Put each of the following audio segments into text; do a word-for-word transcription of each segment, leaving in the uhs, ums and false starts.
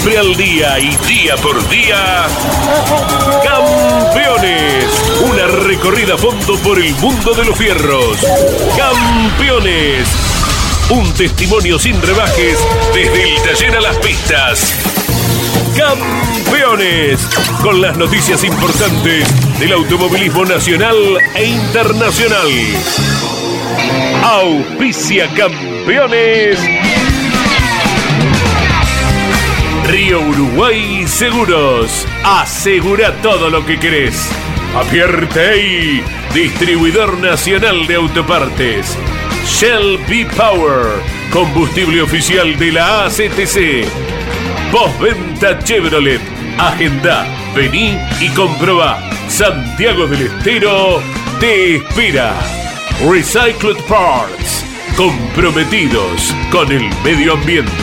Siempre al día y día por día. Campeones. Una recorrida a fondo por el mundo de los fierros. Campeones. Un testimonio sin rebajes desde el taller a las pistas. Campeones. Con las noticias importantes del automovilismo nacional e internacional. Auspicia Campeones. Río Uruguay Seguros. Asegura todo lo que querés. Apierte, distribuidor nacional de autopartes. Shell V-Power, combustible oficial de la A C T C. Postventa Chevrolet. Agenda, vení y comprobá. Santiago del Estero te espera. Recycled Parts, comprometidos con el medio ambiente.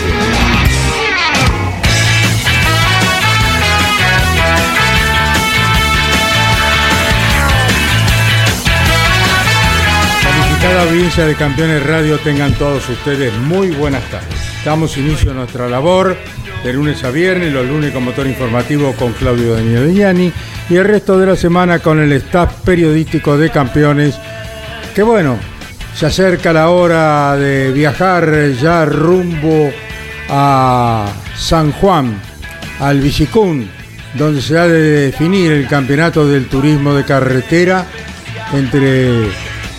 Cada audiencia de Campeones Radio, tengan todos ustedes muy buenas tardes. Damos inicio a nuestra labor de lunes a viernes, los lunes con motor informativo con Claudio Daniel Vignani y el resto de la semana con el staff periodístico de Campeones, que bueno, se acerca la hora de viajar ya rumbo a San Juan, al Villicún, donde se ha de definir el campeonato del turismo de carretera entre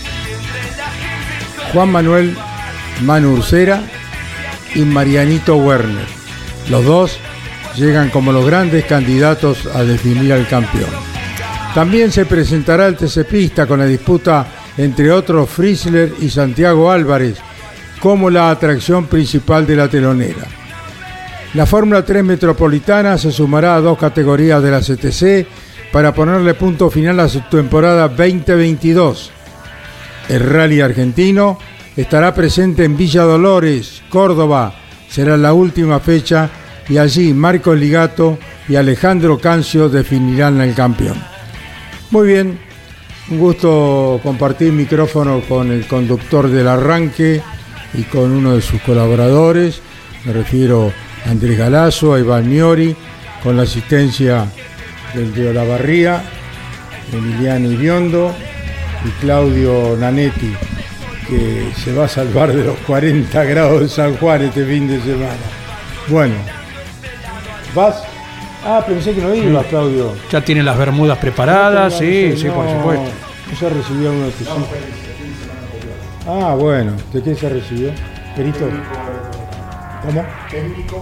Juan Manuel Manu Ursera y Marianito Werner. Los dos llegan como los grandes candidatos a definir al campeón. También se presentará el T C Pista con la disputa entre otros Frizzler y Santiago Álvarez como la atracción principal de la telonera. La Fórmula tres Metropolitana se sumará a dos categorías de la C T C para ponerle punto final a su temporada veinte veintidós. El Rally Argentino estará presente en Villa Dolores, Córdoba. Será la última fecha y allí Marco Ligato y Alejandro Cancio definirán al campeón. Muy bien, un gusto compartir micrófono con el conductor del arranque y con uno de sus colaboradores. Me refiero a Andrés Galazo, a Iván Miori, con la asistencia del de Olavarría, Emiliano Iriondo y Claudio Nanetti, que se va a salvar de los cuarenta grados de San Juan este fin de semana. Bueno, ¿vas? Ah, pensé que no ibas, Claudio. Ya tiene las bermudas preparadas, sí, sí, no, por supuesto. No se recibió uno de tus hijos. Ah, bueno, ¿de qué se recibió? ¿Perito? ¿Cómo? Técnico.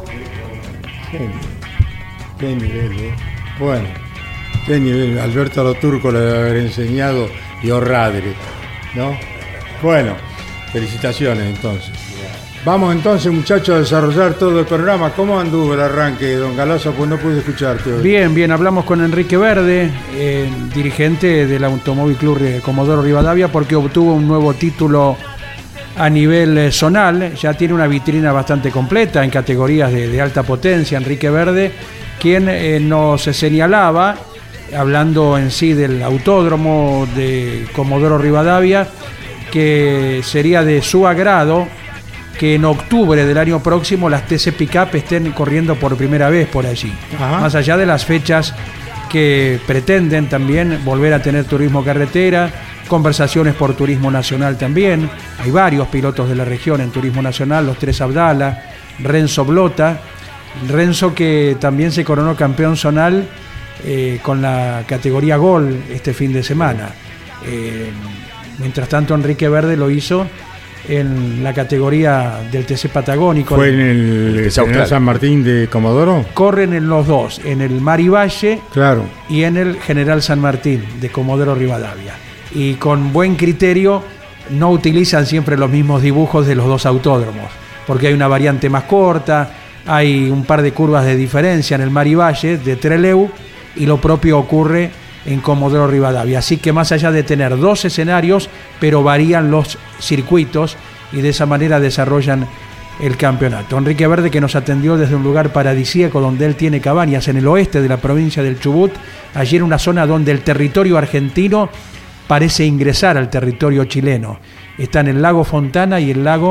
Qué nivel, ¿eh? Bueno, qué nivel. Alberto Loturco le debe haber enseñado y Orradre, ¿no? Bueno, felicitaciones entonces. Vamos entonces, muchachos, a desarrollar todo el programa. ¿Cómo anduvo el arranque, don Galazo? Pues no pude escucharte hoy. Bien, bien, hablamos con Enrique Verde, eh, dirigente del Automóvil Club Comodoro Rivadavia, porque obtuvo un nuevo título a nivel eh, zonal. Ya tiene una vitrina bastante completa en categorías de, de alta potencia. Enrique Verde, quien eh, nos señalaba, hablando en sí del autódromo de Comodoro Rivadavia, que sería de su agrado que en octubre del año próximo las T C Pickup estén corriendo por primera vez por allí. Ajá. Más allá de las fechas que pretenden también volver a tener turismo carretera, conversaciones por turismo nacional también. Hay varios pilotos de la región en turismo nacional, los tres Abdala, Renzo Blota, Renzo que también se coronó campeón zonal Eh, con la categoría Gol este fin de semana. Eh, mientras tanto, Enrique Verde lo hizo en la categoría del T C Patagónico. ¿Fue en el, el General San Martín de Comodoro? Corren en los dos, en el Marivalle, claro, y en el General San Martín de Comodoro Rivadavia. Y con buen criterio no utilizan siempre los mismos dibujos de los dos autódromos, porque hay una variante más corta, hay un par de curvas de diferencia en el Marivalle de Trelew, y lo propio ocurre en Comodoro Rivadavia. Así que más allá de tener dos escenarios, pero varían los circuitos y de esa manera desarrollan el campeonato. Enrique Verde, que nos atendió desde un lugar paradisíaco donde él tiene cabañas en el oeste de la provincia del Chubut, allí en una zona donde el territorio argentino parece ingresar al territorio chileno. Está en el lago Fontana y el lago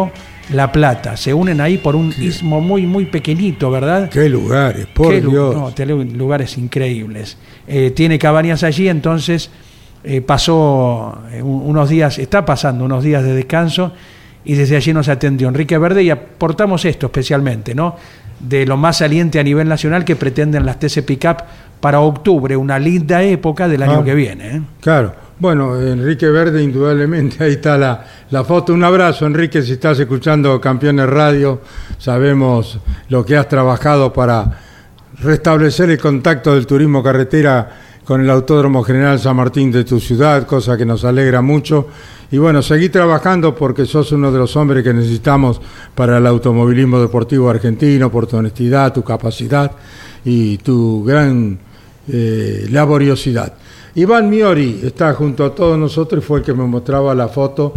La Plata. Se unen ahí por un sí. istmo muy, muy pequeñito, ¿verdad? Qué lugares, por Qué Dios. No, tiene lugares increíbles. Eh, tiene cabañas allí, entonces eh, pasó eh, unos días, está pasando unos días de descanso y desde allí nos atendió Enrique Verde y aportamos esto especialmente, ¿no? De lo más saliente a nivel nacional que pretenden las T C Pickup para octubre, una linda época del año ah, que viene. ¿eh? Claro. Bueno, Enrique Verde, indudablemente, ahí está la, la foto. Un abrazo, Enrique, si estás escuchando Campeones Radio. Sabemos lo que has trabajado para restablecer el contacto del turismo carretera con el Autódromo General San Martín de tu ciudad, cosa que nos alegra mucho. Y bueno, seguí trabajando porque sos uno de los hombres que necesitamos para el automovilismo deportivo argentino, por tu honestidad, tu capacidad y tu gran eh, laboriosidad. Iván Miori está junto a todos nosotros y fue el que me mostraba la foto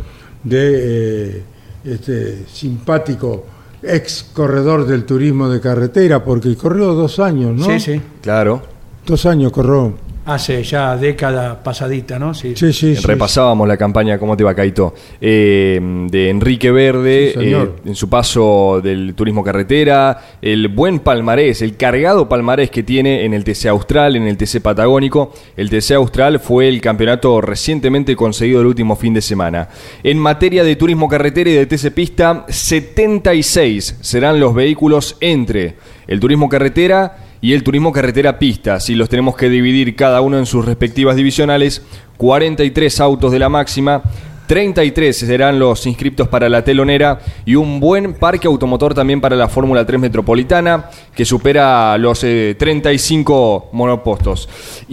de eh, este simpático ex corredor del turismo de carretera, porque corrió dos años, ¿no? Sí, sí. Claro. Dos años corrió. Hace ya década pasadita, ¿no? Sí, sí, sí. Repasábamos sí. la campaña, ¿cómo te va, Caito? Eh, de Enrique Verde, sí, eh, en su paso del turismo carretera, el buen palmarés, el cargado palmarés que tiene en el T C Austral, en el T C Patagónico. El T C Austral fue el campeonato recientemente conseguido el último fin de semana. En materia de turismo carretera y de T C Pista, setenta y seis serán los vehículos entre el turismo carretera y el turismo carretera pista. Si los tenemos que dividir cada uno en sus respectivas divisionales, cuarenta y tres autos de la máxima, treinta y tres serán los inscriptos para la telonera y un buen parque automotor también para la Fórmula tres Metropolitana, que supera los eh, treinta y cinco monopostos.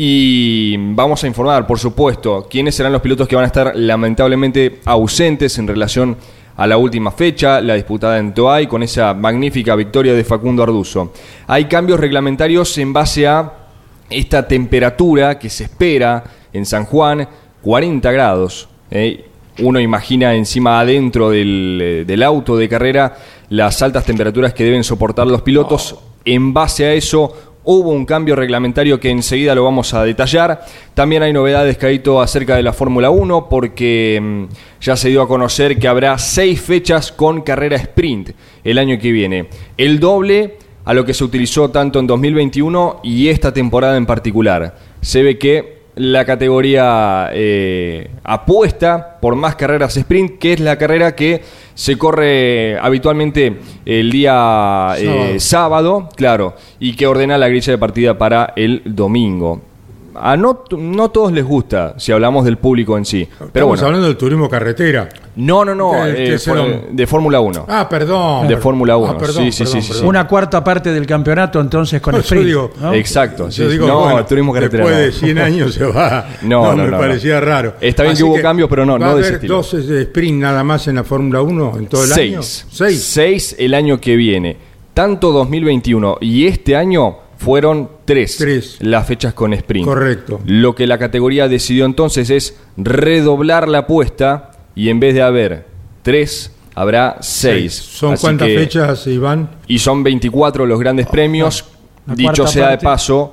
Y vamos a informar, por supuesto, quiénes serán los pilotos que van a estar lamentablemente ausentes en relación a la última fecha, la disputada en Toay, con esa magnífica victoria de Facundo Arduzo. Hay cambios reglamentarios en base a esta temperatura que se espera en San Juan, cuarenta grados. ¿eh? Uno imagina encima adentro del, del auto de carrera las altas temperaturas que deben soportar los pilotos. En base a eso, hubo un cambio reglamentario que enseguida lo vamos a detallar. También hay novedades, Caito, acerca de la Fórmula uno, porque mmm, ya se dio a conocer que habrá seis fechas con carrera sprint el año que viene. El doble a lo que se utilizó tanto en dos mil veintiuno y esta temporada en particular. Se ve que la categoría eh, apuesta por más carreras sprint, que es la carrera que se corre habitualmente el día eh, sábado. sábado, claro, y que ordena la grilla de partida para el domingo. A no, no todos les gusta, si hablamos del público en sí. Pero Estamos bueno, hablando del turismo carretera. No, no, no, eh, for, de Fórmula uno. Ah, perdón. De Fórmula uno, ah, perdón, sí, sí, perdón, sí, perdón. sí. Una cuarta parte del campeonato entonces con no, sprint, digo, ¿no? Exacto. Sí, yo digo, no, bueno, el turismo carretera después no. de cien años se va. No, no, no, me no, parecía no. raro. Está bien Así que hubo cambios, pero no, ¿va no a de haber ese estilo. dos de sprint nada más en la Fórmula uno en todo el Seis. año? Seis. Seis el año que viene. Tanto dos mil veintiuno y este año fueron tres, tres las fechas con sprint. Correcto. Lo que la categoría decidió entonces es redoblar la apuesta y en vez de haber tres, habrá seis. ¿Son Así cuántas que, fechas, Iván? Y son veinticuatro los grandes premios. La Dicho sea parte. de paso,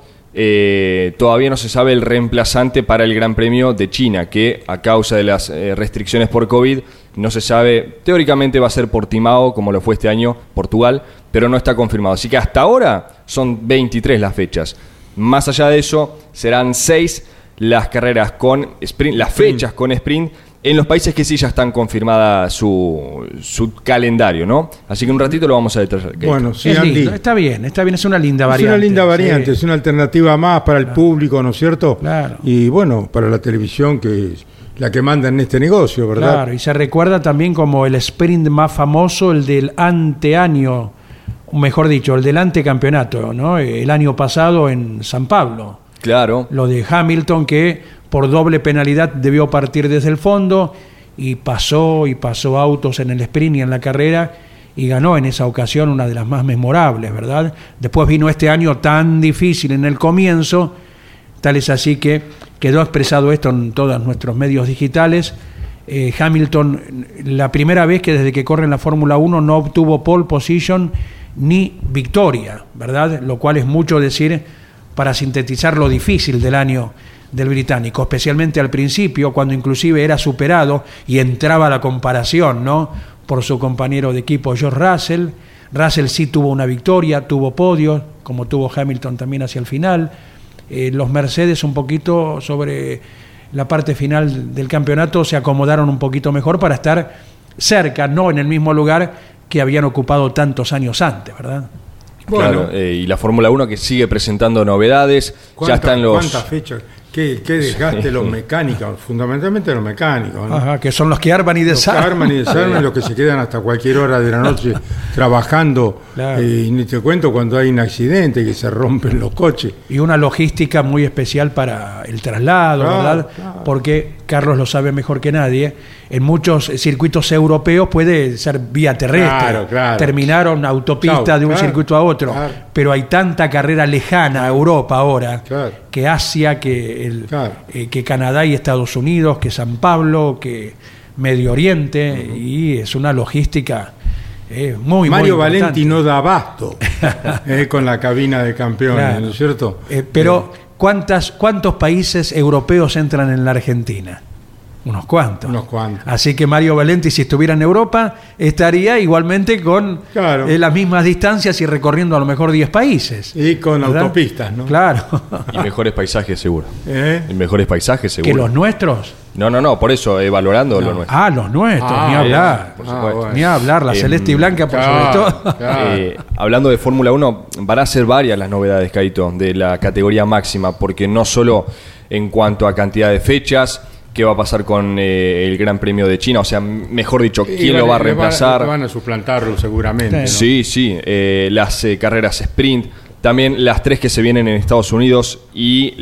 eh, todavía no se sabe el reemplazante para el Gran Premio de China, que a causa de las eh, restricciones por COVID no se sabe. Teóricamente va a ser Portimao, como lo fue este año, Portugal, pero no está confirmado. Así que hasta ahora son veintitrés las fechas. Más allá de eso, serán seis las carreras con sprint, las fechas con sprint en los países que sí ya están confirmadas su, su calendario, ¿no? Así que en un ratito lo vamos a detallar. Bueno, sí, es Andy. lindo, está bien, está bien, es una linda variante. Es una linda variante, sí. Es una alternativa más para el claro. público, ¿no es cierto? Claro. Y bueno, para la televisión, que es la que manda en este negocio, ¿verdad? Claro, y se recuerda también como el sprint más famoso, el del anteaño, mejor dicho, el del antecampeonato, ¿no? El año pasado en San Pablo. Claro. Lo de Hamilton, que por doble penalidad debió partir desde el fondo y pasó y pasó autos en el sprint y en la carrera y ganó en esa ocasión una de las más memorables, ¿verdad? Después vino este año tan difícil en el comienzo, tal es así que quedó expresado esto en todos nuestros medios digitales. Eh, Hamilton, la primera vez que desde que corre en la Fórmula uno no obtuvo pole position ni victoria, ¿verdad? Lo cual es mucho decir para sintetizar lo difícil del año del británico, especialmente al principio, cuando inclusive era superado y entraba la comparación, ¿no? por su compañero de equipo George Russell. Russell sí tuvo una victoria, tuvo podios, como tuvo Hamilton también hacia el final. Eh, los Mercedes un poquito sobre la parte final del campeonato se acomodaron un poquito mejor para estar cerca, no en el mismo lugar que habían ocupado tantos años antes, ¿verdad? Bueno, claro, eh, y la Fórmula uno que sigue presentando novedades. Ya están los... ¿Cuántas fechas? ¿Qué, qué desgaste sí. los mecánicos? Fundamentalmente los mecánicos, ¿no? Ajá, que son los que arman y desarman. Los que arman y desarman, los que se quedan hasta cualquier hora de la noche trabajando. Claro. Eh, y ni te cuento cuando hay un accidente, que se rompen los coches. Y una logística muy especial para el traslado, claro, ¿verdad? Claro. Porque Carlos lo sabe mejor que nadie. En muchos circuitos europeos puede ser vía terrestre. Claro, claro. Terminaron autopista claro, de un claro, circuito a otro. Claro. Pero hay tanta carrera lejana a Europa ahora, claro, que Asia, que, el, claro. eh, que Canadá y Estados Unidos, que San Pablo, que Medio Oriente, uh-huh. y es una logística eh, muy, Mario muy Valenti no da abasto eh, con la cabina de campeones, claro. ¿no es cierto? Eh, pero, eh, ¿cuántas, ¿cuántos países europeos entran en la Argentina? Unos cuantos. Unos cuantos. Así que Mario Valenti, si estuviera en Europa, estaría igualmente con claro. eh, las mismas distancias y recorriendo a lo mejor diez países. Y con ¿verdad? Autopistas, ¿no? Claro. Y mejores paisajes, seguro. ¿Eh? Y mejores paisajes, seguro. ¿Que los nuestros? No, no, no, por eso, eh, valorando no. lo nuestro. Ah, los nuestros, ah, ni hablar. Por supuesto. Ah, bueno. Ni hablar, la eh, celeste y blanca, por claro, sobre todo. Claro. Eh, hablando de Fórmula uno, van a ser varias las novedades, Caito, de la categoría máxima, porque no solo en cuanto a cantidad de fechas, qué va a pasar con eh, el Gran Premio de China, o sea, mejor dicho, quién lo va a reemplazar. Van, van a suplantarlo seguramente, ¿no? Sí, sí, eh, las eh, carreras sprint, también las tres que se vienen en Estados Unidos y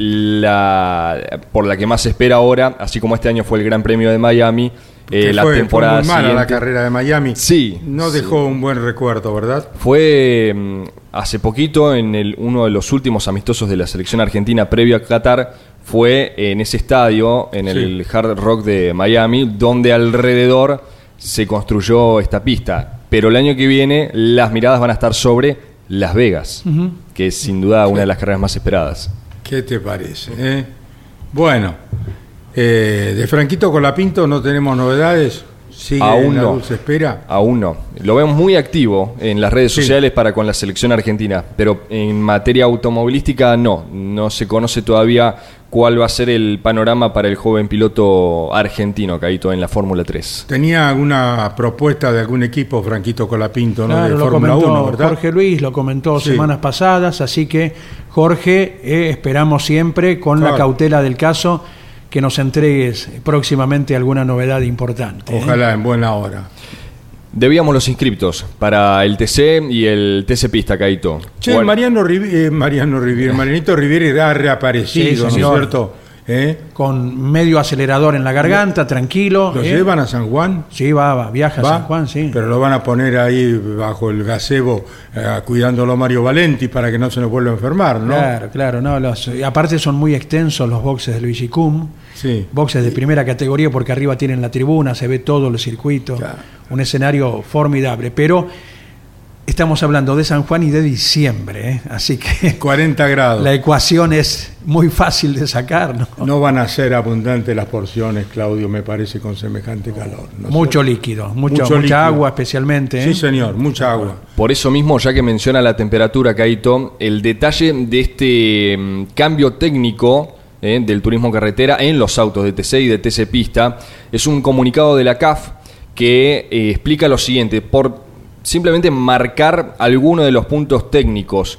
la por la que más se espera ahora, así como este año fue el Gran Premio de Miami, eh, la fue, temporada fue muy mala siguiente. La carrera de Miami. Sí. No dejó sí. un buen recuerdo, ¿verdad? Fue um, hace poquito, en el, uno de los últimos amistosos de la selección argentina previo a Qatar, fue en ese estadio, en el sí. Hard Rock de Miami, donde alrededor se construyó esta pista. Pero el año que viene las miradas van a estar sobre Las Vegas, uh-huh. que es sin duda una de las carreras más esperadas. ¿Qué te parece? Eh? Bueno, eh, de Franquito Colapinto no tenemos novedades. ¿Sigue Aún la no. dulce espera? Aún no. Lo vemos muy activo en las redes sí. sociales para con la selección argentina, pero en materia automovilística no. No se conoce todavía cuál va a ser el panorama para el joven piloto argentino, Caito, en la Fórmula tres. ¿Tenía alguna propuesta de algún equipo, Franquito Colapinto, ¿no? Claro, de lo Fórmula comentó uno, ¿verdad? Jorge Luis, lo comentó sí. semanas pasadas, así que Jorge, eh, esperamos siempre con claro. la cautela del caso que nos entregues próximamente alguna novedad importante. Ojalá ¿eh? en buena hora. Debíamos los inscriptos para el T C y el T C Pista, Caito. Che, bueno. Mariano, Rivi- eh, Mariano Riviere, Marianito Riviere ha reaparecido, sí, ¿no es cierto? ¿Eh? Con medio acelerador en la garganta, tranquilo. ¿Lo ¿eh? llevan a San Juan? Sí, va, va viaja ¿Va? a San Juan, sí. Pero lo van a poner ahí bajo el gazebo, eh, cuidándolo Mario Valenti para que no se nos vuelva a enfermar, ¿no? Claro, claro. No, los, aparte son muy extensos los boxes de Luigi Cum. Sí. Boxes de primera categoría porque arriba tienen la tribuna, se ve todo el circuito. Claro. Un escenario formidable. Pero estamos hablando de San Juan y de diciembre, ¿eh? Así que cuarenta grados. La ecuación es muy fácil de sacar, ¿no? No van a ser abundantes las porciones, Claudio, me parece, con semejante calor. ¿No? Mucho líquido, mucho, mucho mucha líquido. Agua especialmente. ¿eh? Sí, señor, mucha agua. Por eso mismo, ya que menciona la temperatura, Caito, el detalle de este um, cambio técnico eh, del turismo carretera en los autos de T C y de T C Pista es un comunicado de la C A F que eh, explica lo siguiente, por simplemente marcar algunos de los puntos técnicos.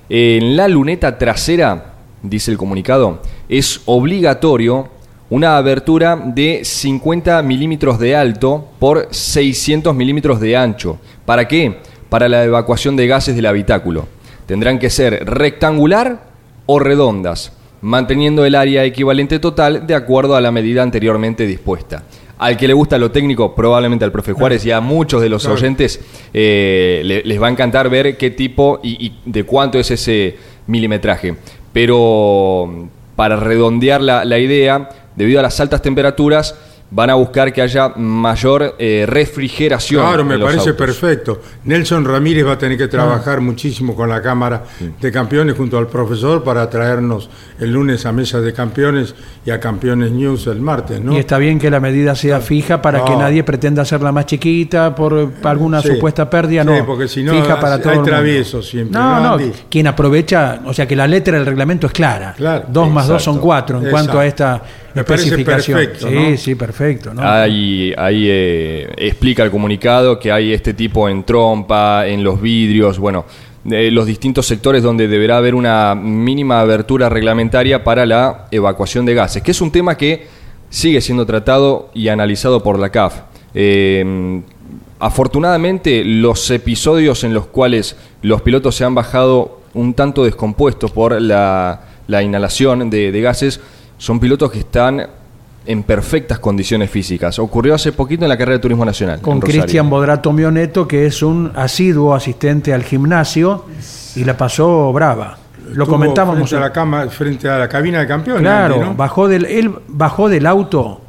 En la luneta trasera, dice el comunicado, es obligatorio una abertura de cincuenta milímetros de alto por seiscientos milímetros de ancho. ¿Para qué? Para la evacuación de gases del habitáculo. Tendrán que ser rectangular o redondas, manteniendo el área equivalente total de acuerdo a la medida anteriormente dispuesta. Al que le gusta lo técnico, probablemente al profe Juárez y a muchos de los claro. oyentes, eh, le, les va a encantar ver qué tipo y, y de cuánto es ese milimetraje. Pero para redondear la, la idea, debido a las altas temperaturas, van a buscar que haya mayor eh, refrigeración. Claro, me en los parece autos. Perfecto. Nelson Ramírez va a tener que trabajar ah. muchísimo con la Cámara sí. de Campeones junto al profesor para traernos el lunes a Mesa de Campeones y a Campeones News el martes, ¿no? Y está bien que la medida sea fija para no. que nadie pretenda hacerla más chiquita por alguna sí. supuesta pérdida, no. Sí, porque si no fija para todo hay el traviesos siempre. No, no, no. Quien aprovecha, o sea que la letra del reglamento es clara. Claro. Dos más dos son cuatro en Exacto. cuanto a esta Me especificación. Perfecto, sí, ¿no? sí, perfecto. ¿no? Ahí, ahí eh, explica el comunicado que hay este tipo en trompa, en los vidrios, bueno, eh, los distintos sectores donde deberá haber una mínima abertura reglamentaria para la evacuación de gases, que es un tema que sigue siendo tratado y analizado por la C A F. Eh, afortunadamente, los episodios en los cuales los pilotos se han bajado un tanto descompuestos por la, la inhalación de, de gases son pilotos que están en perfectas condiciones físicas. Ocurrió hace poquito en la carrera de Turismo Nacional. Con Cristian Bodrato Mioneto, que es un asiduo asistente al gimnasio y la pasó brava. Lo Estuvo comentábamos. Frente a, la cama, frente a la cabina de campeones. Claro, Andy, ¿no? bajó del, él bajó del auto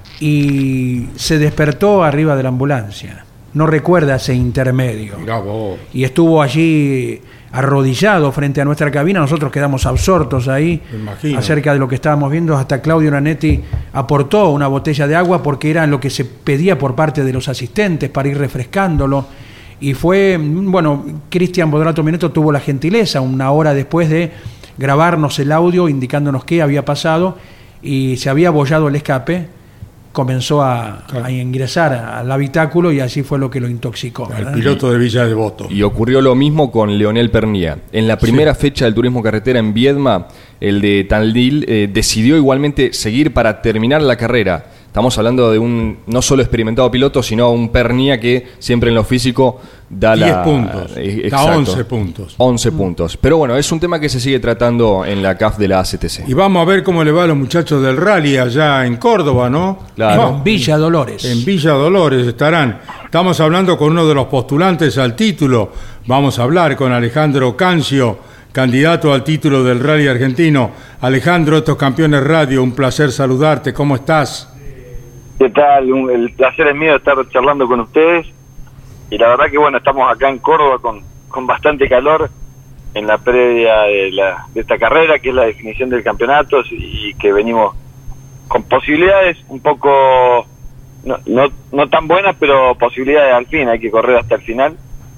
y se despertó arriba de la ambulancia. No recuerda ese intermedio. Mirá vos. Y estuvo allí arrodillado frente a nuestra cabina, nosotros quedamos absortos ahí acerca de lo que estábamos viendo, hasta Claudio Nanetti aportó una botella de agua porque era lo que se pedía por parte de los asistentes para ir refrescándolo, y fue, bueno, Cristian Bodrato Mioneto tuvo la gentileza una hora después de grabarnos el audio indicándonos qué había pasado, y se había abollado el escape, comenzó a, a ingresar al habitáculo y así fue lo que lo intoxicó. El piloto de Villa Devoto. Y ocurrió lo mismo con Leonel Pernía. En la primera sí. fecha del turismo carretera en Viedma, el de Tandil eh, decidió igualmente seguir para terminar la carrera. Estamos hablando de un no solo experimentado piloto, sino un Pernía que siempre en lo físico da diez la... puntos, eh, da once puntos. once puntos. Pero bueno, es un tema que se sigue tratando en la C A F de la A C T C. Y vamos a ver cómo le va a los muchachos del rally allá en Córdoba, ¿no? Claro. En Villa Dolores. En Villa Dolores estarán. Estamos hablando con uno de los postulantes al título. Vamos a hablar con Alejandro Cancio, candidato al título del rally argentino. Alejandro, estos Campeones Radio, un placer saludarte. ¿Cómo estás? ¿Qué tal? Un, el placer es mío estar charlando con ustedes. Y la verdad que bueno, estamos acá en Córdoba con, con bastante calor en la previa de, la, de esta carrera, que es la definición del campeonato, y que venimos con posibilidades un poco, no, no, no tan buenas, pero posibilidades al fin. Hay que correr hasta el final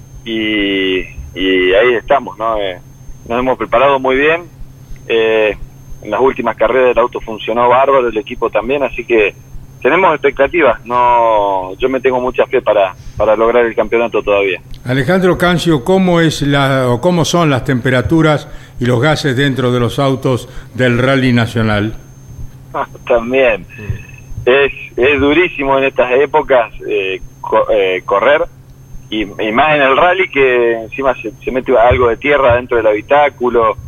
y, y ahí estamos, ¿no? Eh, nos hemos preparado muy bien. Eh, en las últimas carreras el auto funcionó bárbaro, el equipo también, así que tenemos expectativas. No, yo me tengo mucha fe para, para lograr el campeonato todavía. Alejandro Cancio, ¿cómo es la o cómo son las temperaturas y los gases dentro de los autos del Rally Nacional? También es, es durísimo en estas épocas eh, co eh, correr y, y más en el rally, que encima se, se mete algo de tierra dentro del habitáculo.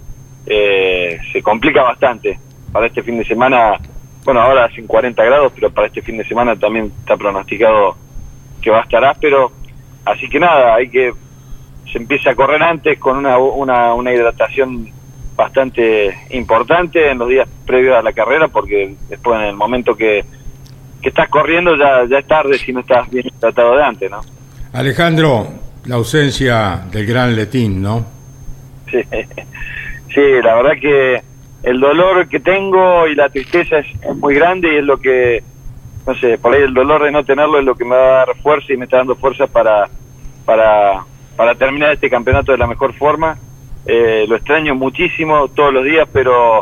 Eh, se complica bastante. Para este fin de semana, bueno, ahora hacen cuarenta grados, pero para este fin de semana también está pronosticado que va a estar áspero. Así que nada, hay que se empieza a correr antes con una, una, una hidratación bastante importante en los días previos a la carrera, porque después en el momento que, que estás corriendo ya, ya es tarde si no estás bien hidratado de antes, ¿no? Alejandro, la ausencia del gran Letín, ¿no? Sí, sí, la verdad que el dolor que tengo y la tristeza es, es muy grande, y es lo que, no sé, por ahí el dolor de no tenerlo es lo que me va a dar fuerza y me está dando fuerza para, para, para terminar este campeonato de la mejor forma. Eh, lo extraño muchísimo todos los días, pero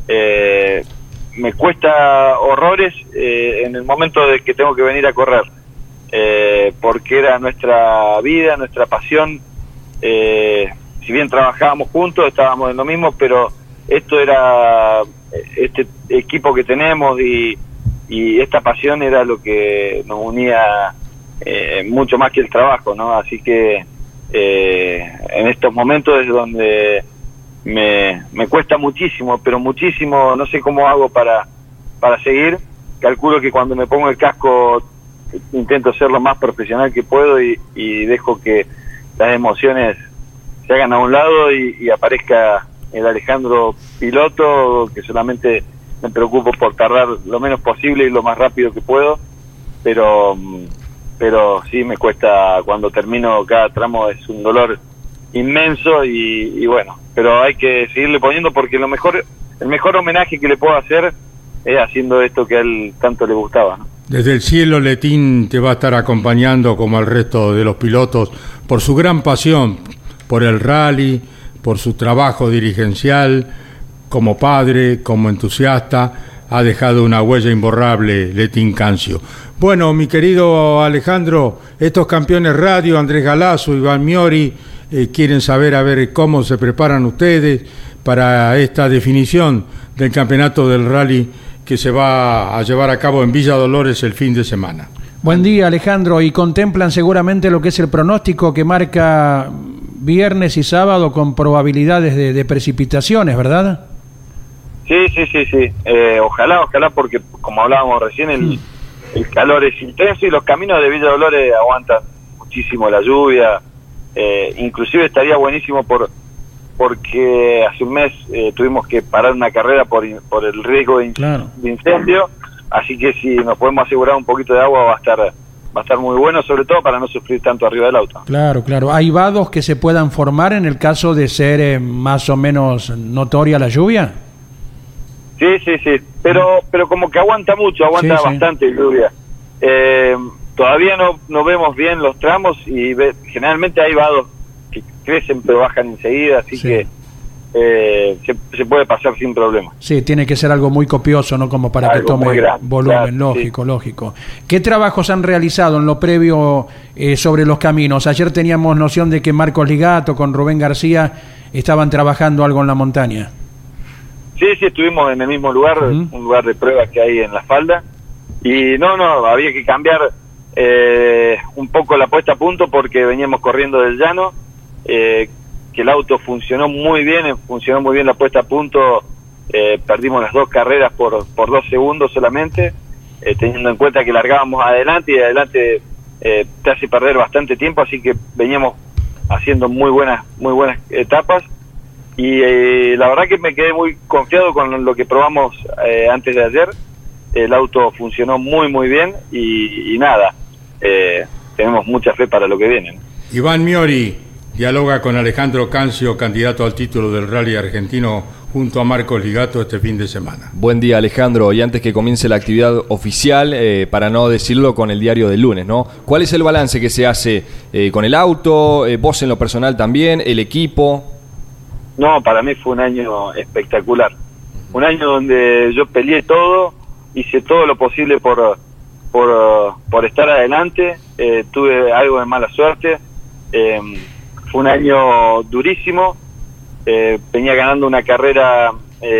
eh, me cuesta horrores eh, en el momento de que tengo que venir a correr, eh, porque era nuestra vida, nuestra pasión. Eh, si bien trabajábamos juntos, estábamos en lo mismo, pero esto era, este equipo que tenemos y, y esta pasión era lo que nos unía eh, mucho más que el trabajo, ¿no? Así que eh, en estos momentos es donde me, me cuesta muchísimo, pero muchísimo, no sé cómo hago para, para seguir. Calculo que cuando me pongo el casco intento ser lo más profesional que puedo y, y dejo que las emociones se hagan a un lado y, y aparezca el Alejandro piloto, que solamente me preocupo por tardar lo menos posible y lo más rápido que puedo, pero pero sí me cuesta, cuando termino cada tramo es un dolor inmenso y, y bueno, pero hay que seguirle poniendo, porque lo mejor, el mejor homenaje que le puedo hacer es haciendo esto que a él tanto le gustaba, ¿no? Desde el cielo, Letín te va a estar acompañando, como al resto de los pilotos, por su gran pasión por el rally, por su trabajo dirigencial, como padre, como entusiasta. Ha dejado una huella imborrable Letín Cancio. Bueno, mi querido Alejandro, estos campeones radio, Andrés Galazo, Iván Miori, eh, quieren saber a ver cómo se preparan ustedes para esta definición del campeonato del rally que se va a llevar a cabo en Villa Dolores el fin de semana. Buen día, Alejandro, y contemplan seguramente lo que es el pronóstico que marca viernes y sábado con probabilidades de, de precipitaciones, ¿verdad? Sí, sí, sí, sí. Eh, ojalá, ojalá, porque como hablábamos recién, el, el calor es intenso y los caminos de Villa Dolores aguantan muchísimo la lluvia. Eh, inclusive estaría buenísimo por porque hace un mes eh, tuvimos que parar una carrera por, por el riesgo de, in- Claro. de incendio, así que si nos podemos asegurar un poquito de agua va a estar va a estar muy bueno, sobre todo para no sufrir tanto arriba del auto. Claro, claro. ¿Hay vados que se puedan formar en el caso de ser eh, más o menos notoria la lluvia? Sí, sí, sí, pero pero como que aguanta mucho, aguanta Sí, sí. bastante lluvia. Eh, todavía no, no vemos bien los tramos y ve, generalmente hay vados que crecen pero bajan enseguida, así Sí. que eh, se, se puede pasar sin problema. Sí, tiene que ser algo muy copioso, ¿no? Como para Algo que tome muy grande, volumen, claro, lógico, lógico. ¿Qué trabajos han realizado en lo previo eh, sobre los caminos? Ayer teníamos noción de que Marcos Ligato con Rubén García estaban trabajando algo en la montaña. Sí, sí, estuvimos en el mismo lugar, Uh-huh. un lugar de pruebas que hay en la falda, y no, no, había que cambiar eh, un poco la puesta a punto porque veníamos corriendo del llano, eh, que el auto funcionó muy bien, eh, funcionó muy bien la puesta a punto, eh, perdimos las dos carreras por, por dos segundos solamente, eh, teniendo en cuenta que largábamos adelante y adelante eh, te hace perder bastante tiempo, así que veníamos haciendo muy buenas, muy buenas etapas. Y eh, la verdad que me quedé muy confiado con lo que probamos eh, antes de ayer. El auto funcionó muy muy bien y, y nada, eh, tenemos mucha fe para lo que viene, ¿no? Iván Miori dialoga con Alejandro Cancio, candidato al título del rally argentino, junto a Marcos Ligato este fin de semana. Buen día, Alejandro. Y antes que comience la actividad oficial, eh, para no decirlo con el diario del lunes, ¿no? ¿Cuál es el balance que se hace eh, con el auto, eh, vos en lo personal también, el equipo? No, para mí fue un año espectacular. Un año donde yo peleé todo, hice todo lo posible por por, por estar adelante. Eh, tuve algo de mala suerte. Eh, fue un año durísimo. Eh, venía ganando una carrera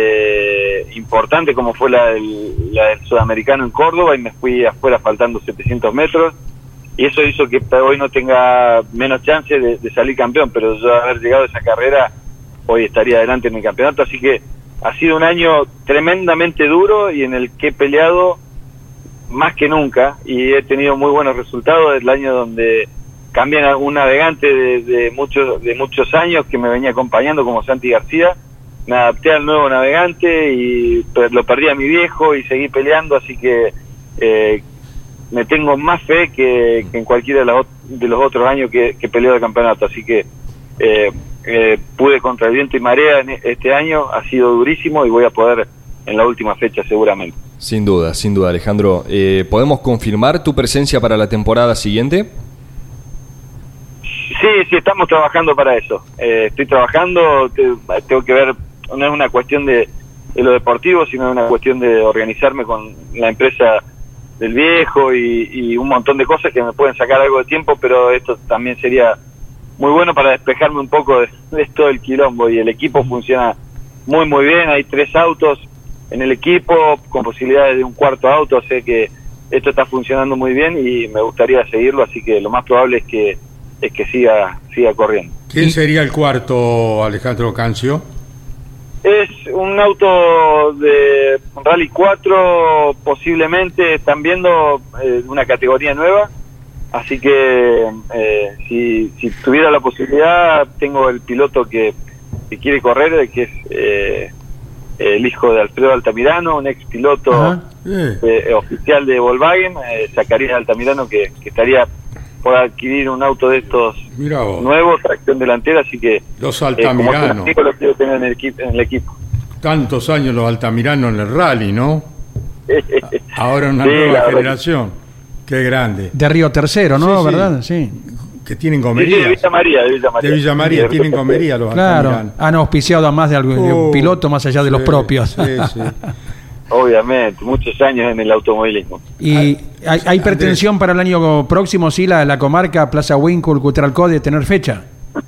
eh, importante como fue la del, la del Sudamericano en Córdoba y me fui afuera faltando setecientos metros. Y eso hizo que hoy no tenga menos chance de, de salir campeón, pero yo haber llegado a esa carrera hoy estaría adelante en el campeonato, así que ha sido un año tremendamente duro y en el que he peleado más que nunca y he tenido muy buenos resultados. El año donde cambian a un navegante de, de muchos de muchos años que me venía acompañando como Santi García, me adapté al nuevo navegante y lo perdí a mi viejo y seguí peleando, así que eh, me tengo más fe que, que en cualquiera de los, de los otros años que, que peleó el campeonato, así que eh, Eh, pude contra el viento y marea en este año, ha sido durísimo y voy a poder en la última fecha seguramente. Sin duda, sin duda, Alejandro. Eh, ¿Podemos confirmar tu presencia para la temporada siguiente? Sí, sí, estamos trabajando para eso. Eh, estoy trabajando, te, tengo que ver, no es una cuestión de, de lo deportivo, sino es una cuestión de organizarme con la empresa del viejo y, y un montón de cosas que me pueden sacar algo de tiempo, pero esto también sería muy bueno para despejarme un poco de, de todo el quilombo. Y el equipo funciona muy muy bien, hay tres autos en el equipo con posibilidades de un cuarto auto, sé que esto está funcionando muy bien y me gustaría seguirlo, así que lo más probable es que es que siga siga corriendo. ¿Quién sería el cuarto, Alejandro Cancio? Es un auto de Rally cuatro, posiblemente están viendo eh, una categoría nueva. Así que eh, si, si tuviera la posibilidad, tengo el piloto que, que quiere correr, que es eh, el hijo de Alfredo Altamirano, un ex piloto eh, oficial de Volkswagen, eh, Zacarías Altamirano, que, que estaría por adquirir un auto de estos nuevos, tracción delantera, así que los Altamirano eh, lo quiero tener en el, equipo, en el equipo. Tantos años los Altamirano en el rally, ¿no? Ahora una sí, nueva generación. Qué grande. De Río Tercero, ¿no? Sí, sí. ¿Verdad? Sí. Que tienen gomerías. Sí, sí, de Villa María, de Villa María. De Villa María, sí, tienen gomerías los Claro, Altamirano. han auspiciado a más de algún Oh, piloto más allá de sí, los propios. Sí, sí. Obviamente, muchos años en el automovilismo. ¿Y hay, hay pretensión para el año próximo, sí, la, la comarca Plaza Winkle, Cutralcó, de tener fecha?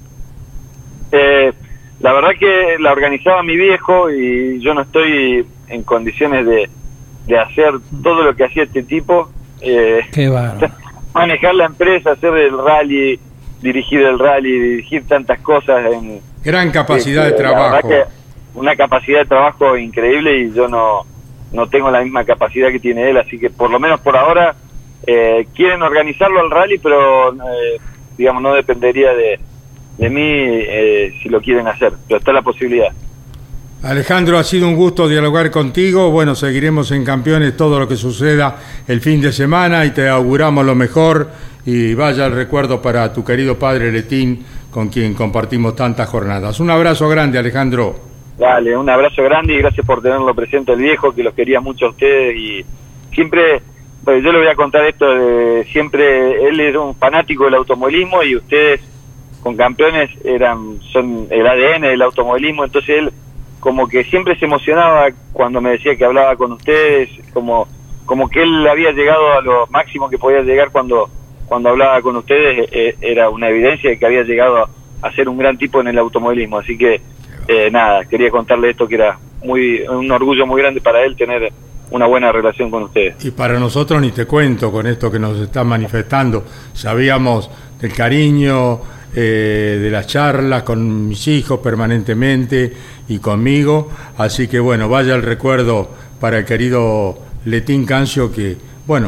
Eh, la verdad que la organizaba mi viejo y yo no estoy en condiciones de, de hacer todo lo que hacía este tipo. Eh, Qué bárbaro. Manejar la empresa, hacer el rally, dirigir el rally, dirigir tantas cosas. En, Gran capacidad eh, de la verdad trabajo. que una capacidad de trabajo increíble y yo no, no tengo la misma capacidad que tiene él, así que por lo menos por ahora eh, quieren organizarlo al rally, pero eh, digamos no dependería de, de mí eh, si lo quieren hacer, pero está la posibilidad. Alejandro, ha sido un gusto dialogar contigo. Bueno, seguiremos en Campeones todo lo que suceda el fin de semana y te auguramos lo mejor y vaya el recuerdo para tu querido padre Letín, con quien compartimos tantas jornadas. Un abrazo grande, Alejandro. Dale, un abrazo grande y gracias por tenerlo presente el viejo, que los quería mucho a ustedes y siempre, pues yo le voy a contar esto, de, siempre él era un fanático del automovilismo y ustedes con Campeones eran son el A D N del automovilismo, entonces él como que siempre se emocionaba cuando me decía que hablaba con ustedes, como como que él había llegado a lo máximo que podía llegar cuando cuando hablaba con ustedes, eh, era una evidencia de que había llegado a, a ser un gran tipo en el automovilismo, así que eh, nada, quería contarle esto que era muy un orgullo muy grande para él tener una buena relación con ustedes. Y para nosotros ni te cuento con esto que nos está manifestando, sabíamos del cariño, eh, de las charlas con mis hijos permanentemente y conmigo, así que bueno, vaya el recuerdo para el querido Letín Cancio que, bueno,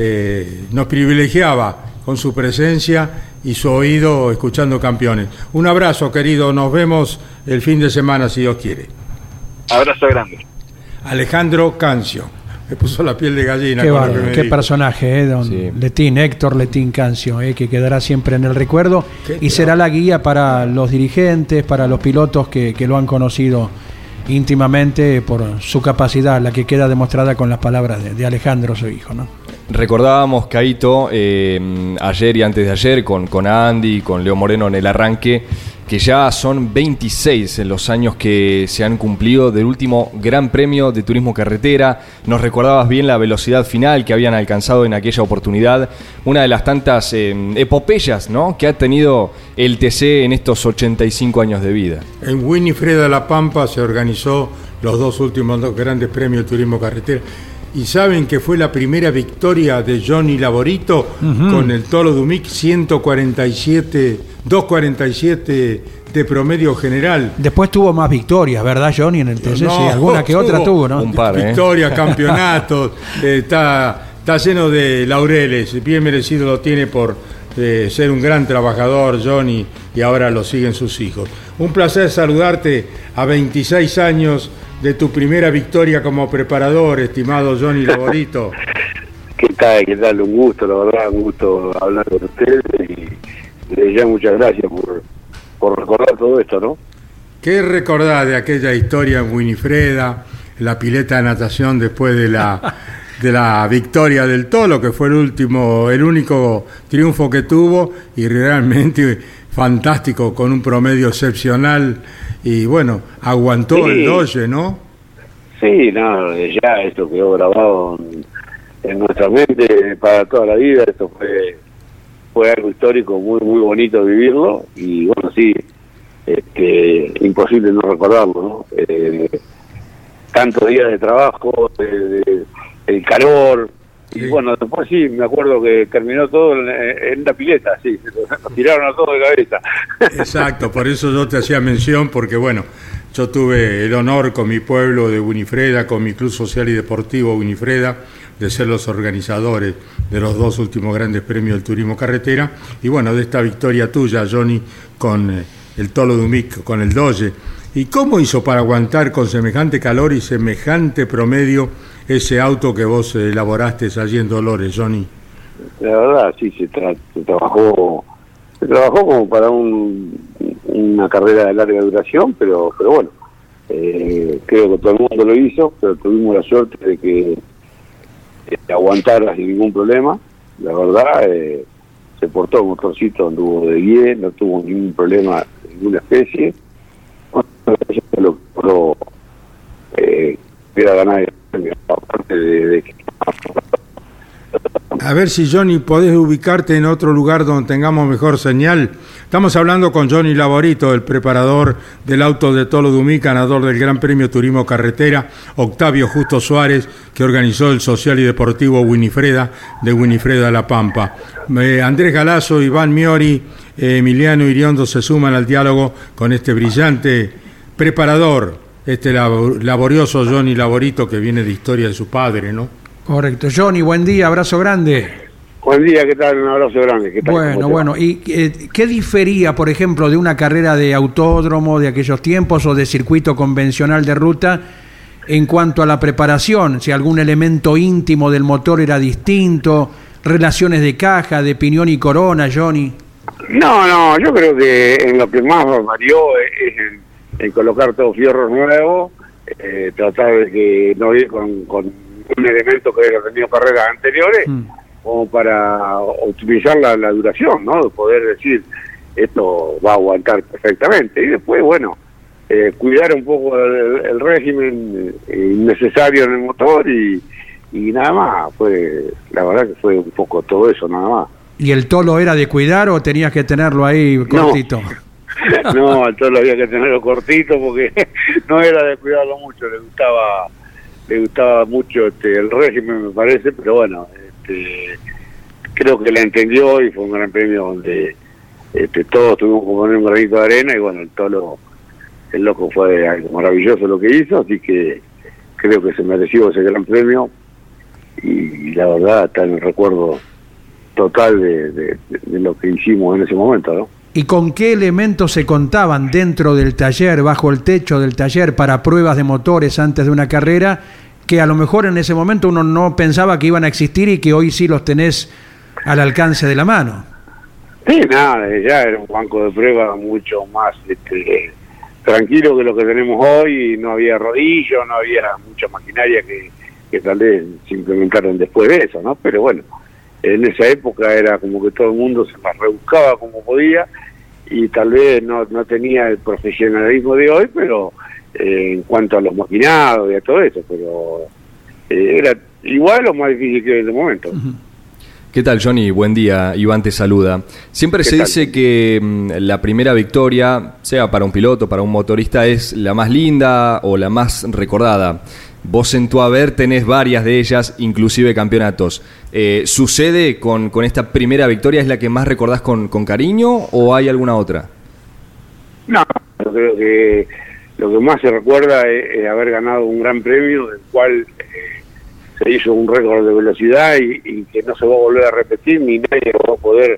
eh, nos privilegiaba con su presencia y su oído escuchando Campeones. Un abrazo, querido, nos vemos el fin de semana si Dios quiere. Abrazo grande. Alejandro Cancio. Me puso la piel de gallina. Qué, con bárbaro, lo que me qué dijo. personaje, eh, don Sí. Letín, Héctor Letín Cancio, eh, que quedará siempre en el recuerdo Qué y será la guía para los dirigentes, para los pilotos que, que lo han conocido íntimamente por su capacidad, la que queda demostrada con las palabras de, de Alejandro, su hijo, ¿no? Recordábamos, Caito, eh, ayer y antes de ayer, con, con Andy, con Leo Moreno en el arranque, que ya son veintiséis en los años que se han cumplido del último Gran Premio de Turismo Carretera. Nos recordabas bien la velocidad final que habían alcanzado en aquella oportunidad, una de las tantas eh, epopeyas, ¿no?, que ha tenido el T C en estos ochenta y cinco años de vida. En Winifreda La Pampa se organizó los dos últimos dos grandes premios de turismo carretera. Y saben que fue la primera victoria de Johnny Laborito uh-huh. con el Toro Dumic ciento cuarenta y siete, doscientos cuarenta y siete de promedio general. Después tuvo más victorias, ¿verdad, Johnny? En el T C, No, sí, alguna que otra tuvo, ¿no? Un par, ¿eh? Victorias, campeonatos, eh, está, está lleno de laureles, bien merecido lo tiene por eh, ser un gran trabajador, Johnny, y ahora lo siguen sus hijos. Un placer saludarte a veintiséis años de tu primera victoria como preparador, estimado Johnny Laborito. ¿Qué tal? ¿Qué tal? Un gusto, la verdad, un gusto hablar con ustedes y desde ya muchas gracias por, por recordar todo esto, ¿no? ¿Qué recordás de aquella historia en Winifreda, la pileta de natación después de la de la victoria del Tolo, que fue el último, el único triunfo que tuvo y realmente fantástico, con un promedio excepcional y bueno, aguantó sí. el Doge, ¿no? Sí, no, ya esto quedó grabado en, en nuestra mente para toda la vida, esto fue fue algo histórico, muy muy bonito vivirlo y bueno, sí, este, imposible no recordarlo, ¿no? Eh, tantos días de trabajo, de, de, el calor, sí. Y bueno, después sí, me acuerdo que terminó todo en, en la pileta, sí, nos tiraron a todos de cabeza. Exacto, por eso yo te hacía mención, porque bueno, yo tuve el honor con mi pueblo de Winifreda, con mi Club Social y Deportivo Winifreda, de ser los organizadores de los dos últimos grandes premios del turismo carretera, y bueno, de esta victoria tuya, Johnny, con, el Tolo Dumic con el Doge. ¿Y cómo hizo para aguantar con semejante calor y semejante promedio ese auto que vos elaboraste allí en Dolores, Johnny? La verdad, sí, se, tra se trabajó se trabajó como para un, una carrera de larga duración, pero pero bueno, eh, creo que todo el mundo lo hizo, pero tuvimos la suerte de que eh, aguantara sin ningún problema. La verdad, eh, se portó el motorcito, anduvo de bien, no tuvo ningún problema de ninguna especie. Bueno, eso es lo que logró eh, era ganar aparte de, de que... A ver si, Johnny, podés ubicarte en otro lugar donde tengamos mejor señal. Estamos hablando con Johnny Laborito, el preparador del auto de Tolo Dumic, ganador del Gran Premio Turismo Carretera, Octavio Justo Suárez, que organizó el Social y Deportivo Winifreda de Winifreda La Pampa. Eh, Andrés Galazo, Iván Miori, eh, Emiliano Iriondo se suman al diálogo con este brillante preparador, este lab laborioso Johnny Laborito, que viene de historia de su padre, ¿no? Correcto. Johnny, buen día, abrazo grande. Buen día, ¿qué tal? Un abrazo grande. ¿Qué tal? Bueno, bueno. ¿Y eh, qué difería, por ejemplo, de una carrera de autódromo de aquellos tiempos o de circuito convencional de ruta en cuanto a la preparación? Si algún elemento íntimo del motor era distinto, relaciones de caja, de piñón y corona, Johnny. No, no, yo creo que en lo que más varió es en, en colocar todos fierros nuevos, eh, tratar de que no ir con... con un elemento que había tenido carreras anteriores, mm. como para optimizar la, la duración, ¿no? De poder decir, esto va a aguantar perfectamente. Y después, bueno, eh, cuidar un poco el, el régimen innecesario en el motor y, y nada más. Fue, la verdad que fue un poco todo eso, nada más. ¿Y el Tolo era de cuidar o tenías que tenerlo ahí cortito? No, no, el Tolo había que tenerlo cortito porque no era de cuidarlo mucho, le gustaba... le gustaba mucho este, el régimen, me parece, pero bueno, este, creo que la entendió y fue un gran premio donde este, todos tuvimos que poner un granito de arena y bueno, el Tolo, el loco, fue algo maravilloso lo que hizo, así que creo que se mereció ese gran premio y, y la verdad está en el recuerdo total de, de, de lo que hicimos en ese momento, ¿no? ¿Y con qué elementos se contaban dentro del taller, bajo el techo del taller, para pruebas de motores antes de una carrera, que a lo mejor en ese momento uno no pensaba que iban a existir y que hoy sí los tenés al alcance de la mano? Sí, nada, ya era un banco de pruebas mucho más este, tranquilo que lo que tenemos hoy, no había rodillos, no había mucha maquinaria que, que tal vez se implementaron después de eso, ¿no? Pero bueno, en esa época era como que todo el mundo se las rebuscaba como podía y tal vez no, no tenía el profesionalismo de hoy, pero eh, en cuanto a los maquinados y a todo eso, pero eh, era igual o más difícil que en el momento. ¿Qué tal, Johnny? Buen día, Iván te saluda. Siempre se tal? dice que mmm, la primera victoria, sea para un piloto, para un motorista, es la más linda o la más recordada. Vos en tu haber tenés varias de ellas, inclusive campeonatos. Eh, ¿Sucede con, con esta primera victoria? ¿Es la que más recordás con, con cariño o hay alguna otra? No, yo creo que lo que más se recuerda es, es haber ganado un gran premio, del cual eh, se hizo un récord de velocidad y, y que no se va a volver a repetir, ni nadie va a poder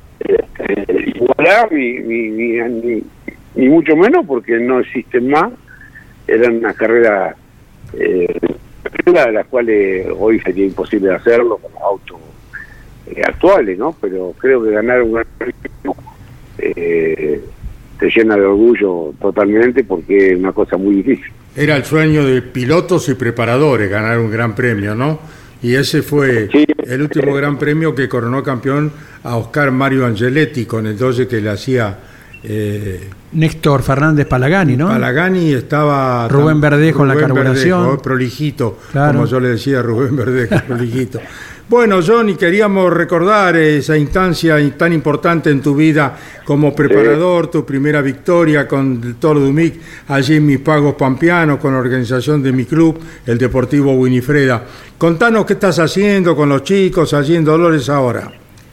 eh, igualar, ni, ni, ni, ni, ni mucho menos, porque no existen más. Eran unas carreras... Eh, una de las cuales hoy sería imposible hacerlo con los autos eh, actuales, ¿no? Pero creo que ganar un gran premio eh, te llena de orgullo totalmente porque es una cosa muy difícil. Era el sueño de pilotos y preparadores ganar un gran premio, ¿no? Y ese fue sí, el último eh, gran premio que coronó campeón a Oscar Mario Angeletti con el doce que le hacía eh, Néstor Fernández Palagani, ¿no? Palagani estaba... Rubén Verdejo en la carburación. Verdejo, prolijito, claro. Como yo le decía a Rubén Verdejo, prolijito. Bueno, Johnny, queríamos recordar esa instancia tan importante en tu vida como preparador, tu primera victoria con el Tolo Dumic, allí en Mis Pagos Pampeanos, con la organización de mi club, el Deportivo Winifreda. Contanos qué estás haciendo con los chicos allí en Dolores ahora.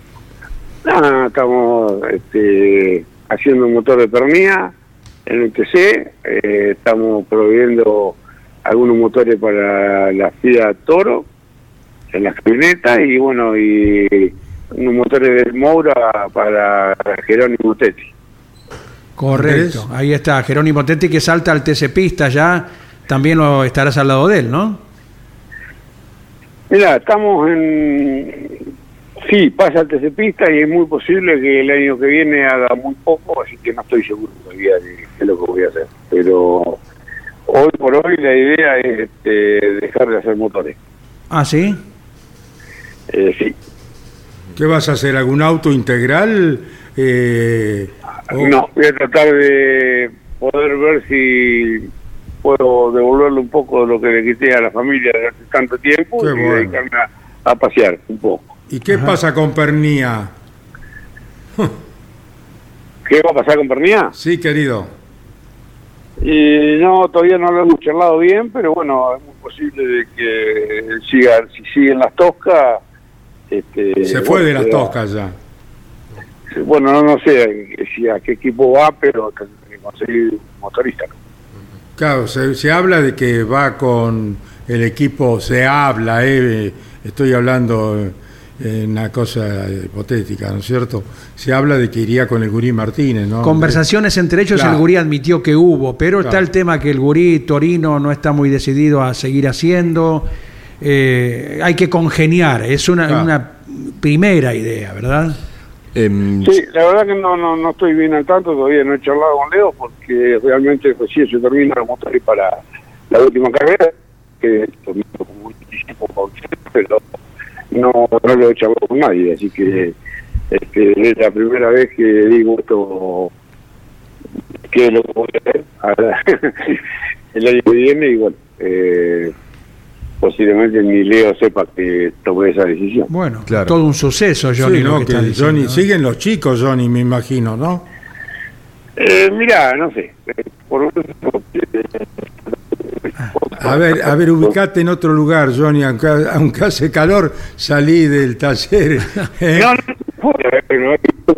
Nada, estamos... Este... haciendo un motor de pernía en el T C, eh, estamos proveyendo algunos motores para la Fiat Toro en las camionetas y bueno, y unos motores del Moura para Jerónimo Tetti. Correcto, Andrés. ahí está Jerónimo Tetti, que salta al T C Pista ya, también lo estarás al lado de él, ¿no? Mira, estamos en... Sí, pasa el T C Pista y es muy posible que el año que viene haga muy poco, así que no estoy seguro todavía de qué es lo que voy a hacer. Pero hoy por hoy la idea es este, dejar de hacer motores. Ah, ¿sí? Eh, sí. ¿Qué vas a hacer? ¿Algún auto integral? Eh, o- No, voy a tratar de poder ver si puedo devolverle un poco de lo que le quité a la familia durante tanto tiempo. Qué y bueno. dedicarme a, a pasear un poco. ¿Y qué Ajá. pasa con Pernía? ¿Qué va a pasar con Pernía? Sí, querido. Y no, todavía no lo hemos charlado bien, pero bueno, es muy posible de que siga, si siguen las toscas. Este, Se fue bueno, de las será- toscas ya. Bueno, no, no sé si a qué equipo va, pero tendré que conseguir un motorista, ¿no? Claro, se, se habla de que va con el equipo, se habla, eh, estoy hablando en una cosa hipotética, ¿no es cierto? Se habla de que iría con el Gurí Martínez, ¿no? Conversaciones entre ellos, Claro. el Gurí admitió que hubo, pero Claro. está el tema que el Gurí Torino no está muy decidido a seguir haciendo. Eh, hay que congeniar, es una, Claro. una primera idea, ¿verdad? Em, Sí, la verdad que no, no no estoy bien al tanto, todavía no he charlado con Leo, porque realmente recién se termina el motor y para la última carrera, que terminó con muchísimo pausa, pero no, no lo he charlado con nadie, así que este, es la primera vez que digo esto, que es lo que voy a hacer ahora, el año que viene, y bueno, eh, posiblemente ni Leo sepa que tomé esa decisión. Bueno, Claro. todo un suceso, Johnny. Sí, lo ¿no? que Que está diciendo, Johnny, ¿no? siguen los chicos, Johnny, me imagino, ¿no? Eh, mirá, no sé, eh, por un- A ver, a ver, ubicate en otro lugar, Johnny, aunque, aunque hace calor, salí del taller. ¿eh? No, no, pero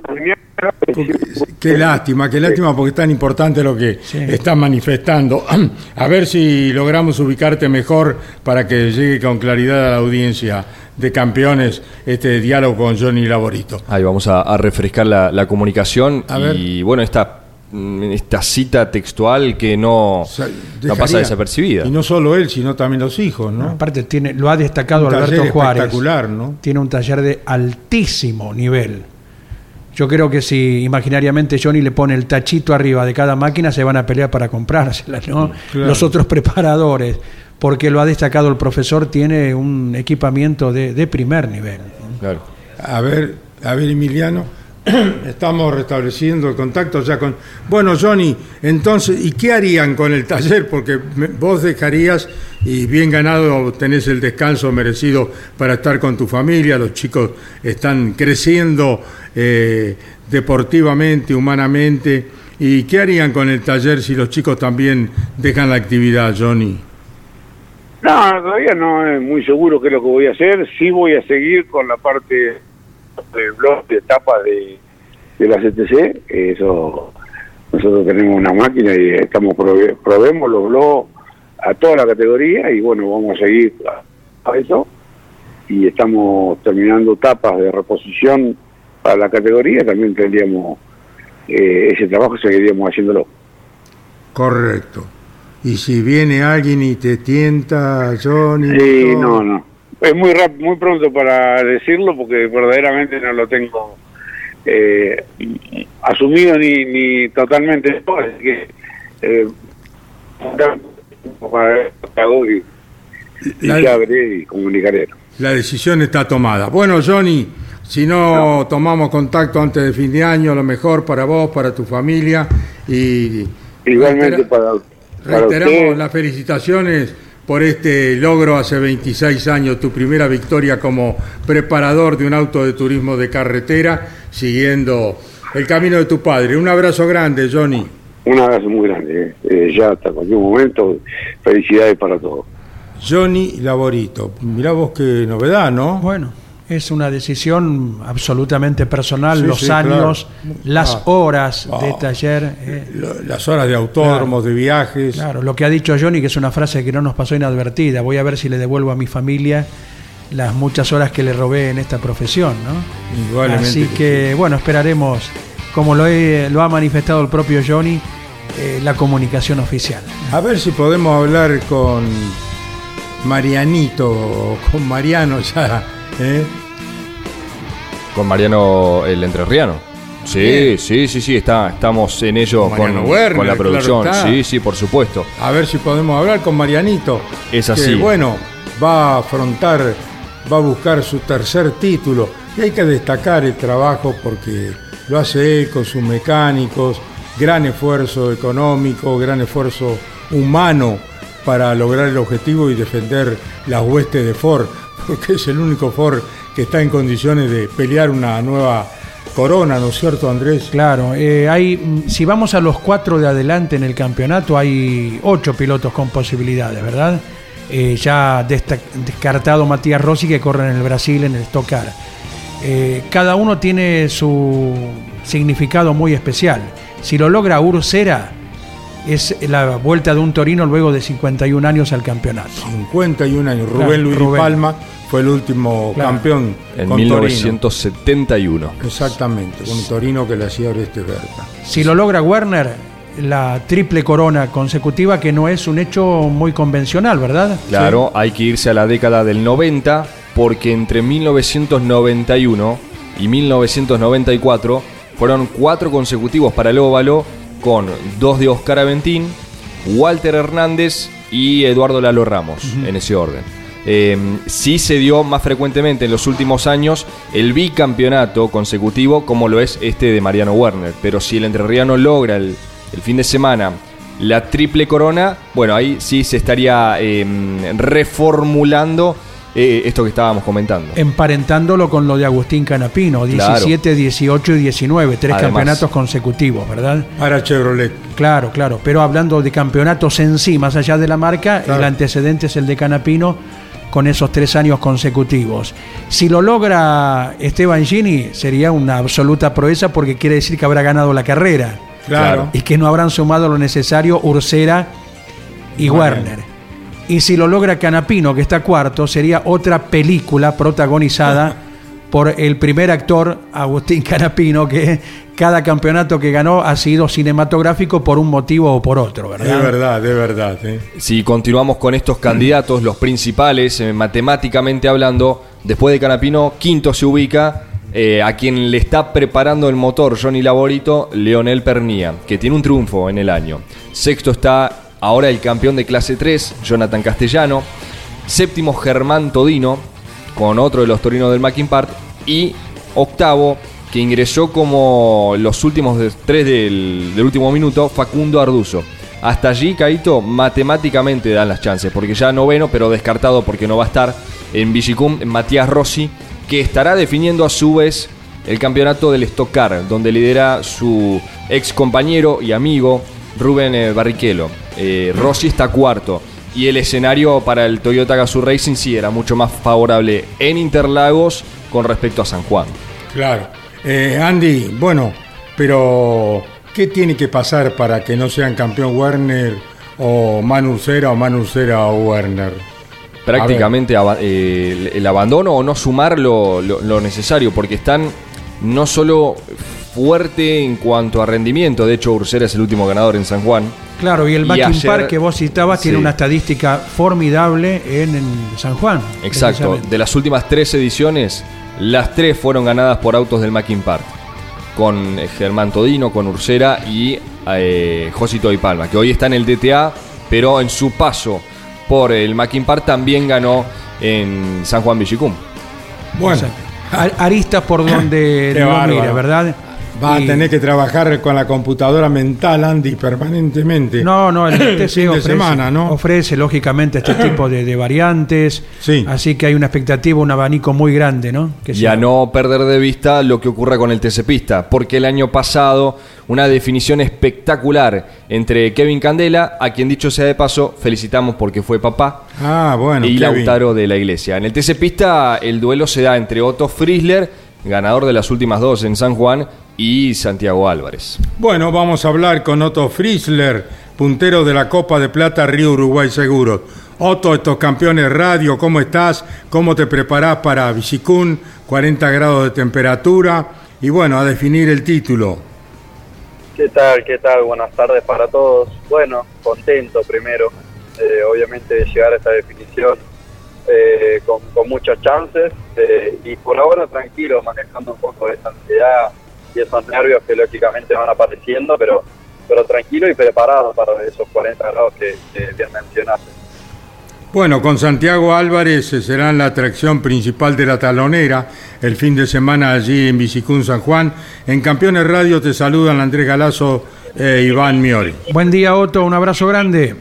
Qué lástima, qué lástima, porque es tan importante lo que Sí. están manifestando. A ver si logramos ubicarte mejor para que llegue con claridad a la audiencia de Campeones este diálogo con Johnny Laborito. Ahí vamos a, a refrescar la, la comunicación A y ver. bueno, esta, mm, esta cita textual que no, O sea, no dejaría- pasa desapercibida. Y no solo él, sino también los hijos, ¿no? Aparte, tiene, lo ha destacado Un Alberto taller Juárez. espectacular, ¿no? Tiene un taller de altísimo nivel. Yo creo que si imaginariamente Johnny le pone el tachito arriba de cada máquina, se van a pelear para comprársela, ¿no? Claro. Los otros preparadores, porque lo ha destacado el profesor, tiene un equipamiento de, de primer nivel. Claro. A ver, a ver, Emiliano, estamos restableciendo el contacto ya con... Bueno, Johnny, entonces, ¿y qué harían con el taller? Porque me- vos dejarías, y bien ganado tenés el descanso merecido para estar con tu familia, los chicos están creciendo eh, deportivamente, humanamente, ¿y qué harían con el taller si los chicos también dejan la actividad, Johnny? no, todavía no es muy seguro qué es lo que voy a hacer. Sí voy a seguir con la parte de blog de etapa de, de la C T C. Eso, nosotros tenemos una máquina y estamos prove- probemos los blogs a toda la categoría y bueno, vamos a seguir a, a eso. Y estamos terminando etapas de reposición para la categoría. También tendríamos eh, ese trabajo, seguiríamos haciéndolo. Correcto. Y si viene alguien y te tienta, Johnny... Sí, todo- no, no. Es muy rap- muy pronto para decirlo porque verdaderamente no lo tengo eh, asumido ni, ni totalmente. No, así que eh, para ver lo que hago y, y La- ya veré y comunicaré. La decisión está tomada. Bueno, Johnny, si no, tomamos contacto antes de fin de año, lo mejor para vos, para tu familia y Igualmente reitera- para, para reiteramos usted. las felicitaciones por este logro hace veintiséis años, tu primera victoria como preparador de un auto de turismo de carretera, siguiendo el camino de tu padre. Un abrazo grande, Johnny. Un abrazo muy grande. eh. Eh, ya hasta cualquier momento. Felicidades para todos. Johnny Laborito. Mirá vos qué novedad, ¿no? Bueno, es una decisión absolutamente personal, Sí, los sí, años, claro. las Ah. horas de Ah. taller. eh. Lo- Las horas de autódromos, de viajes. Claro, lo que ha dicho Johnny, que es una frase que no nos pasó inadvertida. Voy a ver si le devuelvo a mi familia las muchas horas que le robé en esta profesión, ¿no? Indudablemente Así que que, bueno, esperaremos como lo, he, lo ha manifestado el propio Johnny, eh, la comunicación oficial. A ver si podemos hablar con Marianito o con Mariano ya, ¿eh? Con Mariano el entrerriano. Sí, Bien. sí, sí, sí, está, estamos en ello con, Mariano Werner, con la producción. claro está. Sí, sí, por supuesto. A ver si podemos hablar con Marianito. Es así. Que, bueno, va a afrontar, va a buscar su tercer título. Y hay que destacar el trabajo porque lo hace él con sus mecánicos, gran esfuerzo económico, gran esfuerzo humano para lograr el objetivo y defender las huestes de Ford, porque es el único Ford que está en condiciones de pelear una nueva corona, ¿no es cierto, Andrés? Claro, eh, hay, si vamos a los cuatro de adelante en el campeonato, hay ocho pilotos con posibilidades, ¿verdad? Eh, ya desta- descartado Matías Rossi, que corre en el Brasil en el Stock Car. Eh, cada uno tiene su significado muy especial. Si lo logra Ursera, es la vuelta de un Torino luego de cincuenta y un años al campeonato. cincuenta y un años. Rubén Claro, Luis Rubén. Palma fue el último Claro. campeón En con mil novecientos setenta y uno. Torino. Exactamente, con un Torino que le hacía Oreste Berta. Si lo logra Werner, la triple corona consecutiva, que no es un hecho muy convencional, ¿verdad? Claro, hay que irse a la década del noventa, porque entre mil novecientos noventa y uno y mil novecientos noventa y cuatro fueron cuatro consecutivos para el óvalo, con dos de Oscar Aventín, Walter Hernández y Eduardo Lalo Ramos, uh-huh. en ese orden. Eh, sí se dio más frecuentemente en los últimos años el bicampeonato consecutivo, como lo es este de Mariano Werner, pero si el entrerriano logra el, el fin de semana la triple corona, bueno, ahí sí se estaría eh, reformulando eh, esto que estábamos comentando. Emparentándolo con lo de Agustín Canapino, diecisiete, claro. dieciocho y diecinueve, tres Además, campeonatos consecutivos, ¿verdad? Para Chevrolet. Claro, claro, pero hablando de campeonatos en sí, más allá de la marca, claro. el antecedente es el de Canapino, con esos tres años consecutivos. Si lo logra Esteban Gini, sería una absoluta proeza, porque quiere decir que habrá ganado la carrera. Claro. Y que no habrán sumado lo necesario Ursera y bueno. Werner. Y si lo logra Canapino, que está cuarto, sería otra película protagonizada por el primer actor, Agustín Canapino, que cada campeonato que ganó ha sido cinematográfico por un motivo o por otro, ¿verdad? De verdad, de verdad. ¿eh? Si continuamos con estos candidatos, los principales, eh, matemáticamente hablando, después de Canapino, quinto se ubica eh, a quien le está preparando el motor Johnny Laborito, Leonel Pernía, que tiene un triunfo en el año. Sexto está ahora el campeón de clase tres, Jonathan Castellano. Séptimo, Germán Todino, con otro de los torinos del Mackin Park. Y octavo, que ingresó como los últimos de, tres del, del último minuto, Facundo Arduzo. Hasta allí, Caito, matemáticamente dan las chances, porque ya noveno, pero descartado porque no va a estar en Vigicum, Matías Rossi, que estará definiendo a su vez el campeonato del Stock Car, donde lidera su ex compañero y amigo Rubén eh, Barrichello. Eh, Rossi está cuarto. Y el escenario para el Toyota Gazoo Racing sí era mucho más favorable en Interlagos con respecto a San Juan. Claro. Eh, Andy, bueno, pero ¿qué tiene que pasar para que no sean campeón Werner o Manu Ursera o Manu Ursera o Werner? Prácticamente ab- eh, el, el abandono o no sumar lo, lo, lo necesario, porque están no solo fuerte en cuanto a rendimiento, de hecho Ursera es el último ganador en San Juan. Claro, y el Mackin Park que vos citabas sí. tiene una estadística formidable en, en San Juan. Exacto, de las últimas tres ediciones, las tres fueron ganadas por autos del Mackin Park, con Germán Todino, con Ursera y eh, Josito y Palma, que hoy está en el D T A, pero en su paso por el Mackin Park también ganó en San Juan Vigicum. Bueno, aristas por donde lo mira, ¿verdad? Va y... a tener que trabajar con la computadora mental, Andy, permanentemente. No, no, el T C ofrece, de semana, ¿no? ofrece, lógicamente, este tipo de, de variantes. Sí. Así que hay una expectativa, un abanico muy grande, ¿no? Que y a no perder de vista lo que ocurra con el T C Pista, porque el año pasado una definición espectacular entre Kevin Candela, a quien dicho sea de paso, felicitamos porque fue papá, ah, bueno, y Kevin. Lautaro de la Iglesia. En el T C Pista el duelo se da entre Otto Frizzler, ganador de las últimas dos en San Juan, y Santiago Álvarez. Bueno, vamos a hablar con Otto Frizzler, puntero de la Copa de Plata Río Uruguay Seguros. Otto, estos campeones radio, ¿cómo estás? ¿Cómo te preparás para Vigicum? cuarenta grados de temperatura y bueno, a definir el título. ¿Qué tal? ¿Qué tal? Buenas tardes para todos. Bueno, contento primero, eh, obviamente, de llegar a esta definición eh, con, con muchas chances eh, y por ahora tranquilo, manejando un poco de esa ansiedad y esos nervios que lógicamente van apareciendo, pero, pero tranquilo y preparado para esos cuarenta grados que, que bien mencionaste. Bueno, con Santiago Álvarez serán la atracción principal de la talonera el fin de semana allí en Bicicún San Juan. En Campeones Radio te saludan Andrés Galazo e Iván Miori. Buen día, Otto, un abrazo grande.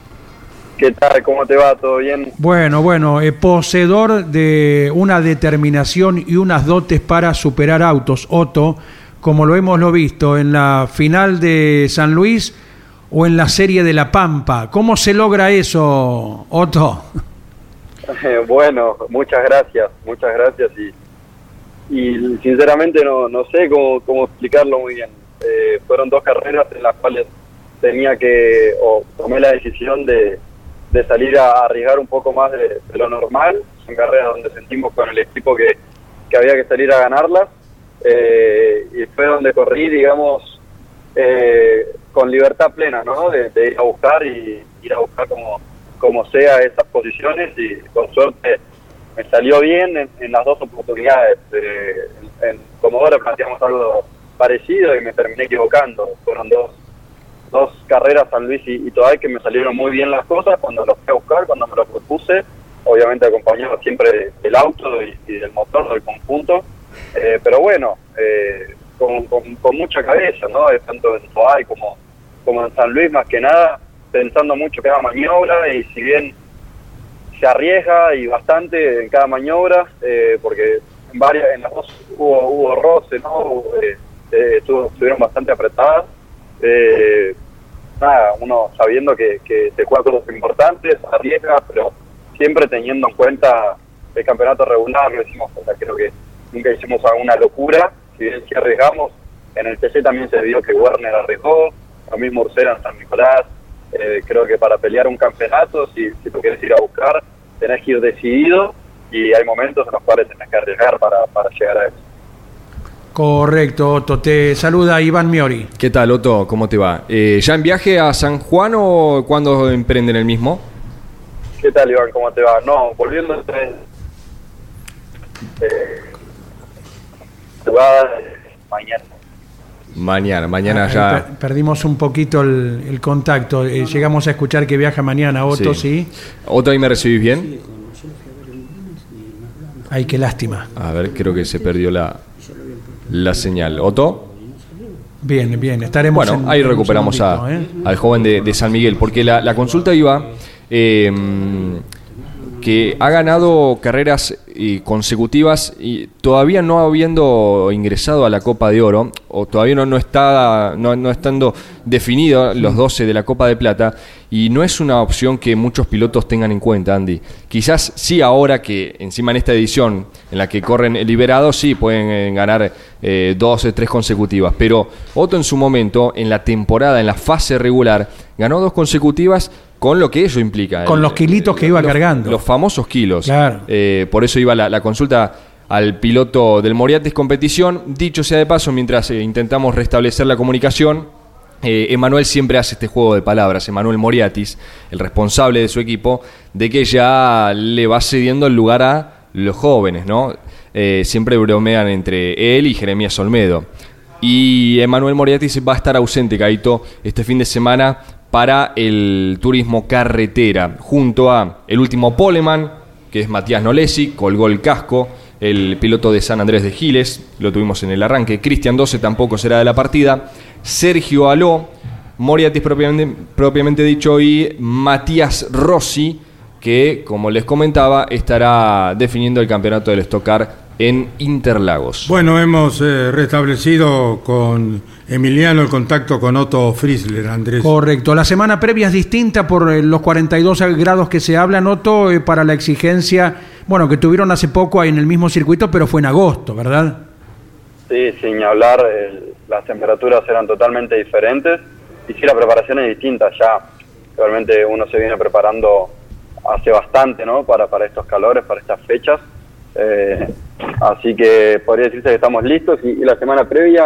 ¿Qué tal? ¿Cómo te va? ¿Todo bien? Bueno, bueno, eh, poseedor de una determinación y unas dotes para superar autos, Otto, como lo hemos lo visto en la final de San Luis o en la serie de La Pampa. ¿Cómo se logra eso, Otto? Eh, bueno, muchas gracias, muchas gracias y, y sinceramente no, no sé cómo, cómo explicarlo muy bien. Eh, fueron dos carreras en las cuales tenía que, o tomé la decisión de, de salir a arriesgar un poco más de, de lo normal. Son carreras donde sentimos con el equipo que, que había que salir a ganarlas eh, y fue donde corrí, digamos, eh, con libertad plena, ¿no? De, de ir a buscar y ir a buscar como, como sea esas posiciones y con suerte me salió bien en, en las dos oportunidades. Eh, en, en Comodoro planteamos algo parecido y me terminé equivocando. Fueron dos, dos carreras, San Luis y, y Toay, que me salieron muy bien las cosas cuando los fui a buscar, cuando me lo propuse, obviamente acompañado siempre del auto y, y del motor, del conjunto. Eh, pero bueno, eh, con, con, con mucha cabeza, ¿no? Tanto en Toay como, como en San Luis, más que nada, pensando mucho cada maniobra, y si bien se arriesga y bastante en cada maniobra, eh, porque en varias, en las dos hubo, hubo roce, ¿no? Hubo, eh, eh, estuvo, estuvieron bastante apretadas. Eh, nada, uno sabiendo que, que se juega cosas importantes, arriesga, pero siempre teniendo en cuenta el campeonato regular, lo decimos, o sea, creo que nunca hicimos alguna locura. Si bien sí arriesgamos, en el T C también se vio que Werner arriesgó, lo mismo Ursera en San Nicolás. Eh, creo que para pelear un campeonato, si, si lo quieres ir a buscar, tenés que ir decidido, y hay momentos en los cuales tenés que arriesgar para, para llegar a eso. Correcto, Otto. Te saluda Iván Miori. ¿Qué tal, Otto? ¿Cómo te va? Eh, ¿Ya en viaje a San Juan o cuándo emprenden el mismo? ¿Qué tal, Iván? ¿Cómo te va? No, volviendo a eh, jugada mañana. Mañana, mañana Ah, ya. per- perdimos un poquito el, el contacto. Eh, llegamos a escuchar que viaja mañana, Otto, ¿sí? Sí. ¿Otto, ahí me recibís bien? Ay, qué lástima. A ver, creo que se perdió la, la señal. ¿Otto? Bien, bien, estaremos Bueno, en- ahí en un recuperamos a, segundito, ¿eh? al joven de, de San Miguel, porque la, la consulta iba eh, que ha ganado carreras eh, consecutivas y todavía no habiendo ingresado a la Copa de Oro, o todavía no, no está no, no estando definidos los doce de la Copa de Plata, y no es una opción que muchos pilotos tengan en cuenta, Andy. Quizás sí, ahora que encima en esta edición en la que corren liberados, sí pueden eh, ganar eh, dos o tres consecutivas, pero Otto en su momento, en la temporada, en la fase regular, ganó dos consecutivas con lo que ello implica. Con el, los kilitos que iba los, cargando. Los famosos kilos. Claro. Eh, por eso iba la, la consulta al piloto del Moriatis Competición. Dicho sea de paso, mientras eh, intentamos restablecer la comunicación, eh, Emanuel siempre hace este juego de palabras, Emanuel Moriatis, el responsable de su equipo, de que ya le va cediendo el lugar a los jóvenes, ¿no? Eh, siempre bromean entre él y Jeremías Olmedo. Y Emanuel Moriatis va a estar ausente, Caito, este fin de semana para el turismo carretera, junto a el último poleman, que es Matías Nolesi, colgó el casco, el piloto de San Andrés de Giles, lo tuvimos en el arranque. Cristian doce tampoco será de la partida. Sergio Aló, Moriatis propiamente, propiamente dicho, y Matías Rossi, que, como les comentaba, estará definiendo el campeonato del Stock Car en Interlagos. Bueno, hemos eh, restablecido con Emiliano el contacto con Otto Frizzler, Andrés. Correcto. La semana previa es distinta por eh, los cuarenta y dos grados que se hablan, Otto, eh, para la exigencia, bueno, que tuvieron hace poco ahí en el mismo circuito, pero fue en agosto, ¿verdad? Sí, sin hablar, eh, las temperaturas eran totalmente diferentes y sí, la preparación es distinta ya. Realmente uno se viene preparando hace bastante, ¿no? Para, para estos calores, para estas fechas. Eh, así que podría decirse que estamos listos y, y la semana previa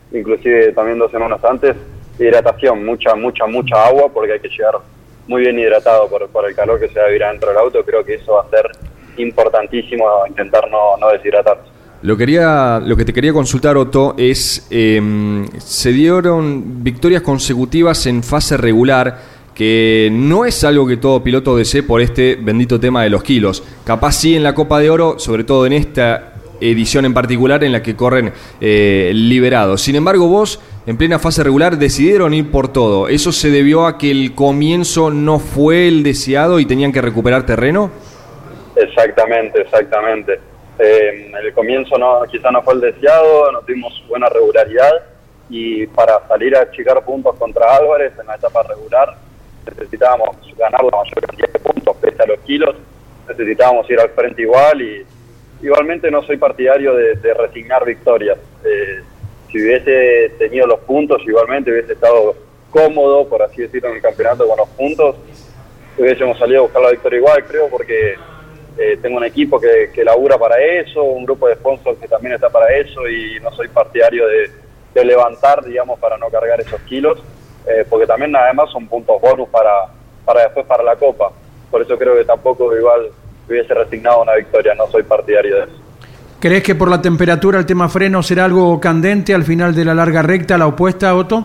inclusive también dos semanas antes, hidratación, mucha, mucha, mucha agua, porque hay que llegar muy bien hidratado por, por el calor que se va a vivir adentro del auto. Creo que eso va a ser importantísimo, intentar no, no deshidratarse. Lo, quería, lo que te quería consultar, Otto, es eh, se dieron victorias consecutivas en fase regular, que no es algo que todo piloto desee por este bendito tema de los kilos. Capaz sí en la Copa de Oro, sobre todo en esta edición en particular en la que corren eh, liberados. Sin embargo, vos, en plena fase regular, decidieron ir por todo. ¿Eso se debió a que el comienzo no fue el deseado y tenían que recuperar terreno? Exactamente, exactamente. Eh, el comienzo no, quizá no fue el deseado, no tuvimos buena regularidad, y para salir a achicar puntos contra Álvarez en la etapa regular necesitábamos ganar la mayor cantidad de puntos pese a los kilos, necesitábamos ir al frente igual, y igualmente no soy partidario de, de resignar victorias. Eh, si hubiese tenido los puntos, igualmente hubiese estado cómodo, por así decirlo, en el campeonato con los puntos, hubiésemos salido a buscar la victoria igual, creo, porque eh, tengo un equipo que, que labura para eso, un grupo de sponsors que también está para eso, y no soy partidario de, de levantar, digamos, para no cargar esos kilos, eh, porque también además son puntos bonus para, para después para la Copa. Por eso creo que tampoco igual hubiese resignado una victoria, no soy partidario de eso. ¿Crees que por la temperatura el tema freno será algo candente al final de la larga recta, la opuesta, Otto?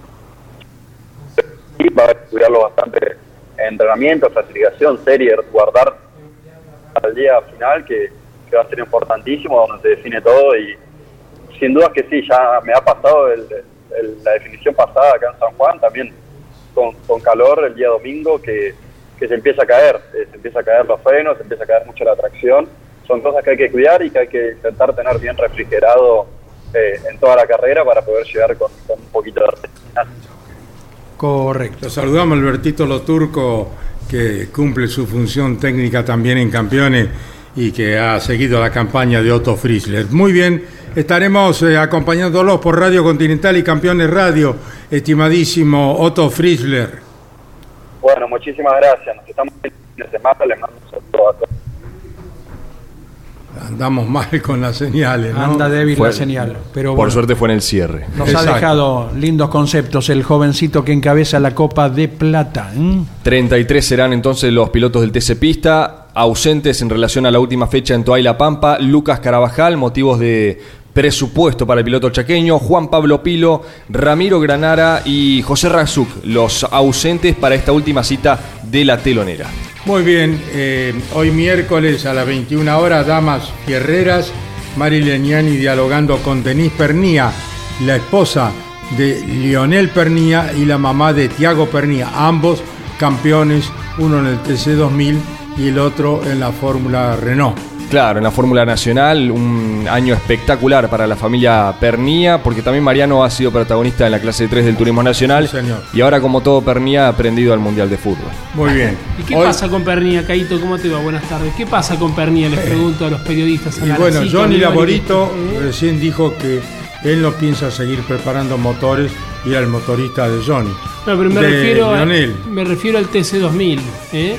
Sí, va a haber que cuidarlo bastante en entrenamiento, clasificación, serie, guardar al día final, que, que va a ser importantísimo, donde se define todo, y sin duda que sí, ya me ha pasado el, el, la definición pasada acá en San Juan, también con, con calor el día domingo, que, que se empieza a caer, eh, se empieza a caer los frenos, se empieza a caer mucho la tracción. Son cosas que hay que cuidar y que hay que intentar tener bien refrigerado eh, en toda la carrera para poder llegar con, con un poquito de refrigeración. Correcto. Lo saludamos, Albertito Lo Turco, que cumple su función técnica también en Campeones y que ha seguido la campaña de Otto Frizzler. Muy bien, estaremos eh, acompañándolos por Radio Continental y Campeones Radio, estimadísimo Otto Frizzler. Bueno, muchísimas gracias. Nos estamos viendo el fin de semana, les mando un saludo a todos. Andamos mal con las señales, ¿no? Anda débil Fue, la señal. Pero por bueno, suerte fue en el cierre. nos Exacto. ha dejado lindos conceptos el jovencito que encabeza la Copa de Plata. ¿eh? treinta y tres serán entonces los pilotos del T C Pista, ausentes en relación a la última fecha en Toay La Pampa: Lucas Carabajal, motivos de presupuesto para el piloto chaqueño; Juan Pablo Pilo, Ramiro Granara y José Razuk, los ausentes para esta última cita de la telonera. Muy bien, eh, hoy miércoles a las veintiuna horas, Damas Fierreras, Mari Legnani dialogando con Denise Pernía, la esposa de Lionel Pernía y la mamá de Tiago Pernía, ambos campeones, uno en el T C dos mil y el otro en la Fórmula Renault. Claro, en la Fórmula Nacional, un año espectacular para la familia Pernía, porque también Mariano ha sido protagonista en la clase tres del Turismo Nacional. Sí, señor. Y ahora, como todo Pernía, ha aprendido al Mundial de Fútbol. Muy bien. ¿Y qué Hoy, pasa con Pernía, Caito? ¿Cómo te va? Buenas tardes. ¿Qué pasa con Pernía? Les pregunto a los periodistas. y bueno, Johnny Laborito recién dijo que él no piensa seguir preparando motores y era el motorista de Johnny. No, pero me de refiero, a, Lionel. me refiero al T C dos mil. ¿eh?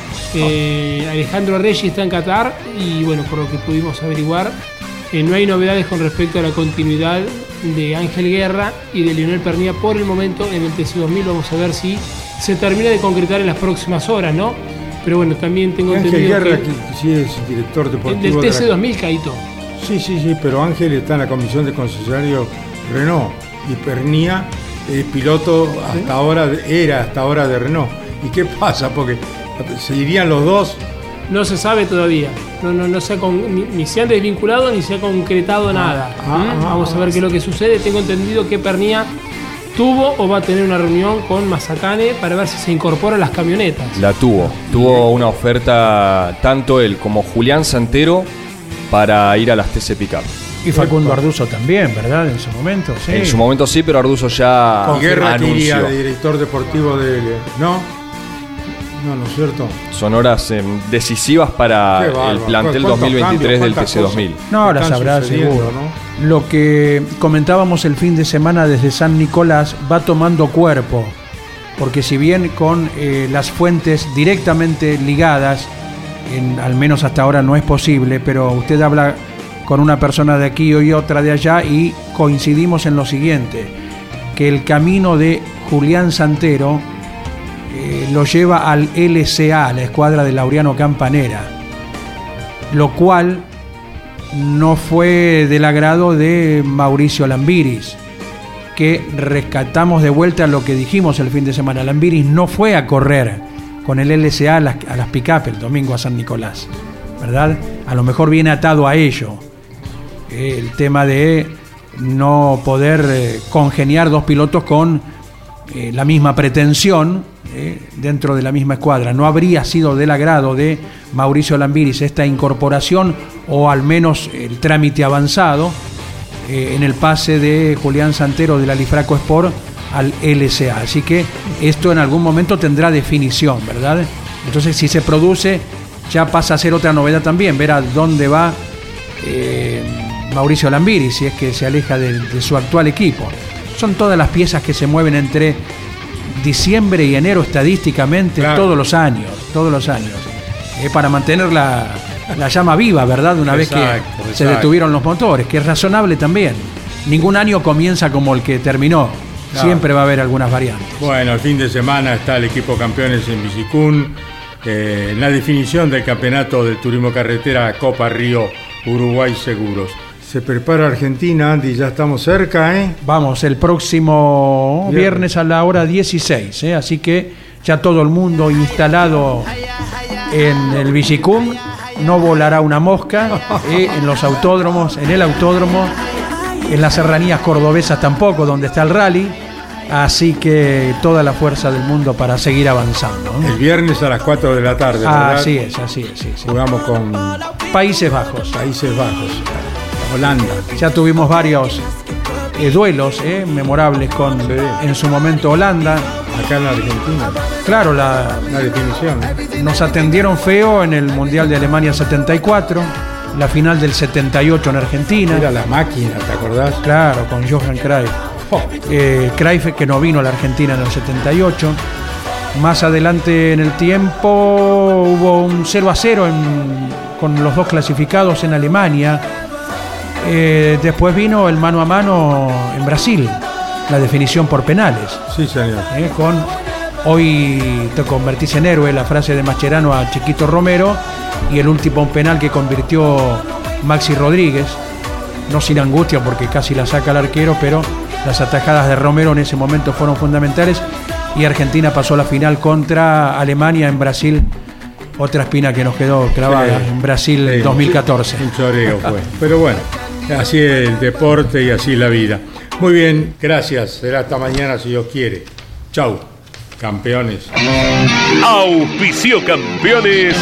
Eh, Alejandro Reyes está en Qatar y bueno, por lo que pudimos averiguar, eh, no hay novedades con respecto a la continuidad de Ángel Guerra y de Lionel Pernía por el momento en el T C dos mil. Vamos a ver si se termina de concretar en las próximas horas, ¿no? Pero bueno, también tengo Ángel entendido Guerra, que, que sí es director deportivo del de T C la- dos mil, Caito. Sí, sí, sí, pero Ángel está en la comisión de concesionario Renault y Pernía es piloto hasta ahora, de- era hasta ahora de Renault. ¿Y qué pasa? Porque se irían los dos. No se sabe todavía, no, no, no se ha con, ni, ni se han desvinculado ni se ha concretado nada. ah, ¿Mm? ah, Vamos a ver qué es lo que sucede. Tengo entendido que Pernía tuvo o va a tener una reunión con Mazacane para ver si se incorpora a las camionetas. La tuvo. Tuvo una oferta tanto él como Julián Santero para ir a las T C Pickup. Y Facundo Arduzo también, ¿verdad? En su momento, sí. En su momento sí, pero Arduzo ya Con Guerra que iría anunció. de director deportivo de... ¿No? No, ¿no es cierto? Son horas eh, decisivas para Qué el bárbaro. plantel ¿Cuántos dos mil veintitrés del cambios, T C dos mil. cuántas No, las están habrá sucediendo, seguro. ¿no? Lo que comentábamos el fin de semana desde San Nicolás va tomando cuerpo, porque si bien con eh, las fuentes directamente ligadas, en, al menos hasta ahora no es posible, pero usted habla con una persona de aquí y otra de allá y coincidimos en lo siguiente, que el camino de Julián Santero eh, lo lleva al L C A, la escuadra de Laureano Campanera, lo cual no fue del agrado de Mauricio Lambiris, que rescatamos de vuelta lo que dijimos el fin de semana. Lambiris no fue a correr con el L C A a las, a las pick-up el domingo a San Nicolás, ¿verdad? A lo mejor viene atado a ello eh, el tema de no poder eh, congeniar dos pilotos con eh, la misma pretensión eh, dentro de la misma escuadra. No habría sido del agrado de Mauricio Lambiris esta incorporación, o al menos el trámite avanzado eh, en el pase de Julián Santero de la Lifraco Sport al L C A. Así que esto en algún momento tendrá definición, ¿verdad? Entonces, si se produce, ya pasa a ser otra novedad también, ver a dónde va eh, Mauricio Lambiris, si es que se aleja de, de su actual equipo. Son todas las piezas que se mueven entre diciembre y enero estadísticamente, claro, todos los años, todos los años, eh, para mantener la, la llama viva, ¿verdad? Una exacto, vez que exacto. se detuvieron los motores, que es razonable también. Ningún año comienza como el que terminó. Claro. Siempre va a haber algunas variantes. Bueno, el fin de semana está el equipo campeones en Bicicún, eh, en la definición del campeonato del turismo carretera Copa Río Uruguay Seguros. Se prepara Argentina, Andy, ya estamos cerca, ¿eh? Vamos, el próximo viernes, viernes a la hora dieciséis, ¿eh? Así que ya todo el mundo instalado en el Bicicún, no volará una mosca, ¿eh? En los autódromos, en el autódromo, en las serranías cordobesas tampoco, donde está el rally. Así que toda la fuerza del mundo para seguir avanzando, ¿no? El viernes a las cuatro de la tarde, ¿verdad? Así es, así es. Sí, sí. Jugamos con Países Bajos. Países Bajos, Holanda. Ya tuvimos varios eh, duelos eh, memorables con, sí, en su momento, Holanda. Acá en la Argentina. Claro, la, la definición. Nos atendieron feo en el Mundial de Alemania setenta y cuatro. La final del setenta y ocho en Argentina. Era la máquina, ¿te acordás? Claro, con Johan Cruyff. Oh. Eh, Cruyff, que no vino a la Argentina en el setenta y ocho. Más adelante en el tiempo hubo un cero a cero en, con los dos clasificados en Alemania. Eh, después vino el mano a mano en Brasil, la definición por penales. Sí, señor. Eh, con hoy te convertís en héroe, la frase de Mascherano a Chiquito Romero. Y el último penal que convirtió Maxi Rodríguez, no sin angustia porque casi la saca el arquero, pero las atajadas de Romero en ese momento fueron fundamentales y Argentina pasó a la final contra Alemania en Brasil. Otra espina que nos quedó clavada, sí, en Brasil sí, dos mil catorce. Un choreo fue. Pero bueno, así es el deporte y así la vida. Muy bien, gracias. Será hasta mañana si Dios quiere. Chau, campeones. Auspicio Campeones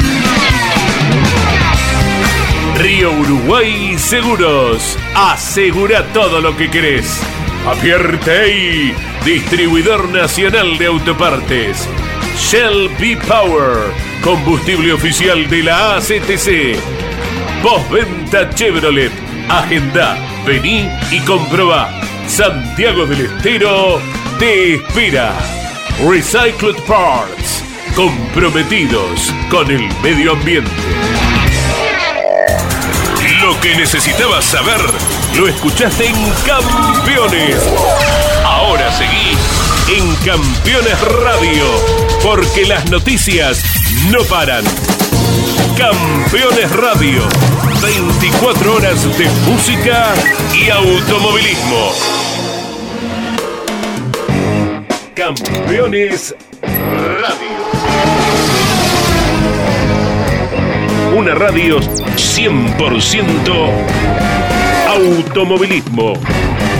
Río Uruguay Seguros. Asegura todo lo que querés. Apierte, distribuidor nacional de autopartes. Shell V-Power, combustible oficial de la A C T C. Postventa Chevrolet. Agenda, vení y comprobá. Santiago del Estero te espera. Recycled Parts, comprometidos con el medio ambiente. Lo que necesitabas saber, lo escuchaste en Campeones. Ahora seguí en Campeones Radio, porque las noticias no paran. Campeones Radio, veinticuatro horas de música y automovilismo. Campeones Radio. Una radio cien por ciento automovilismo.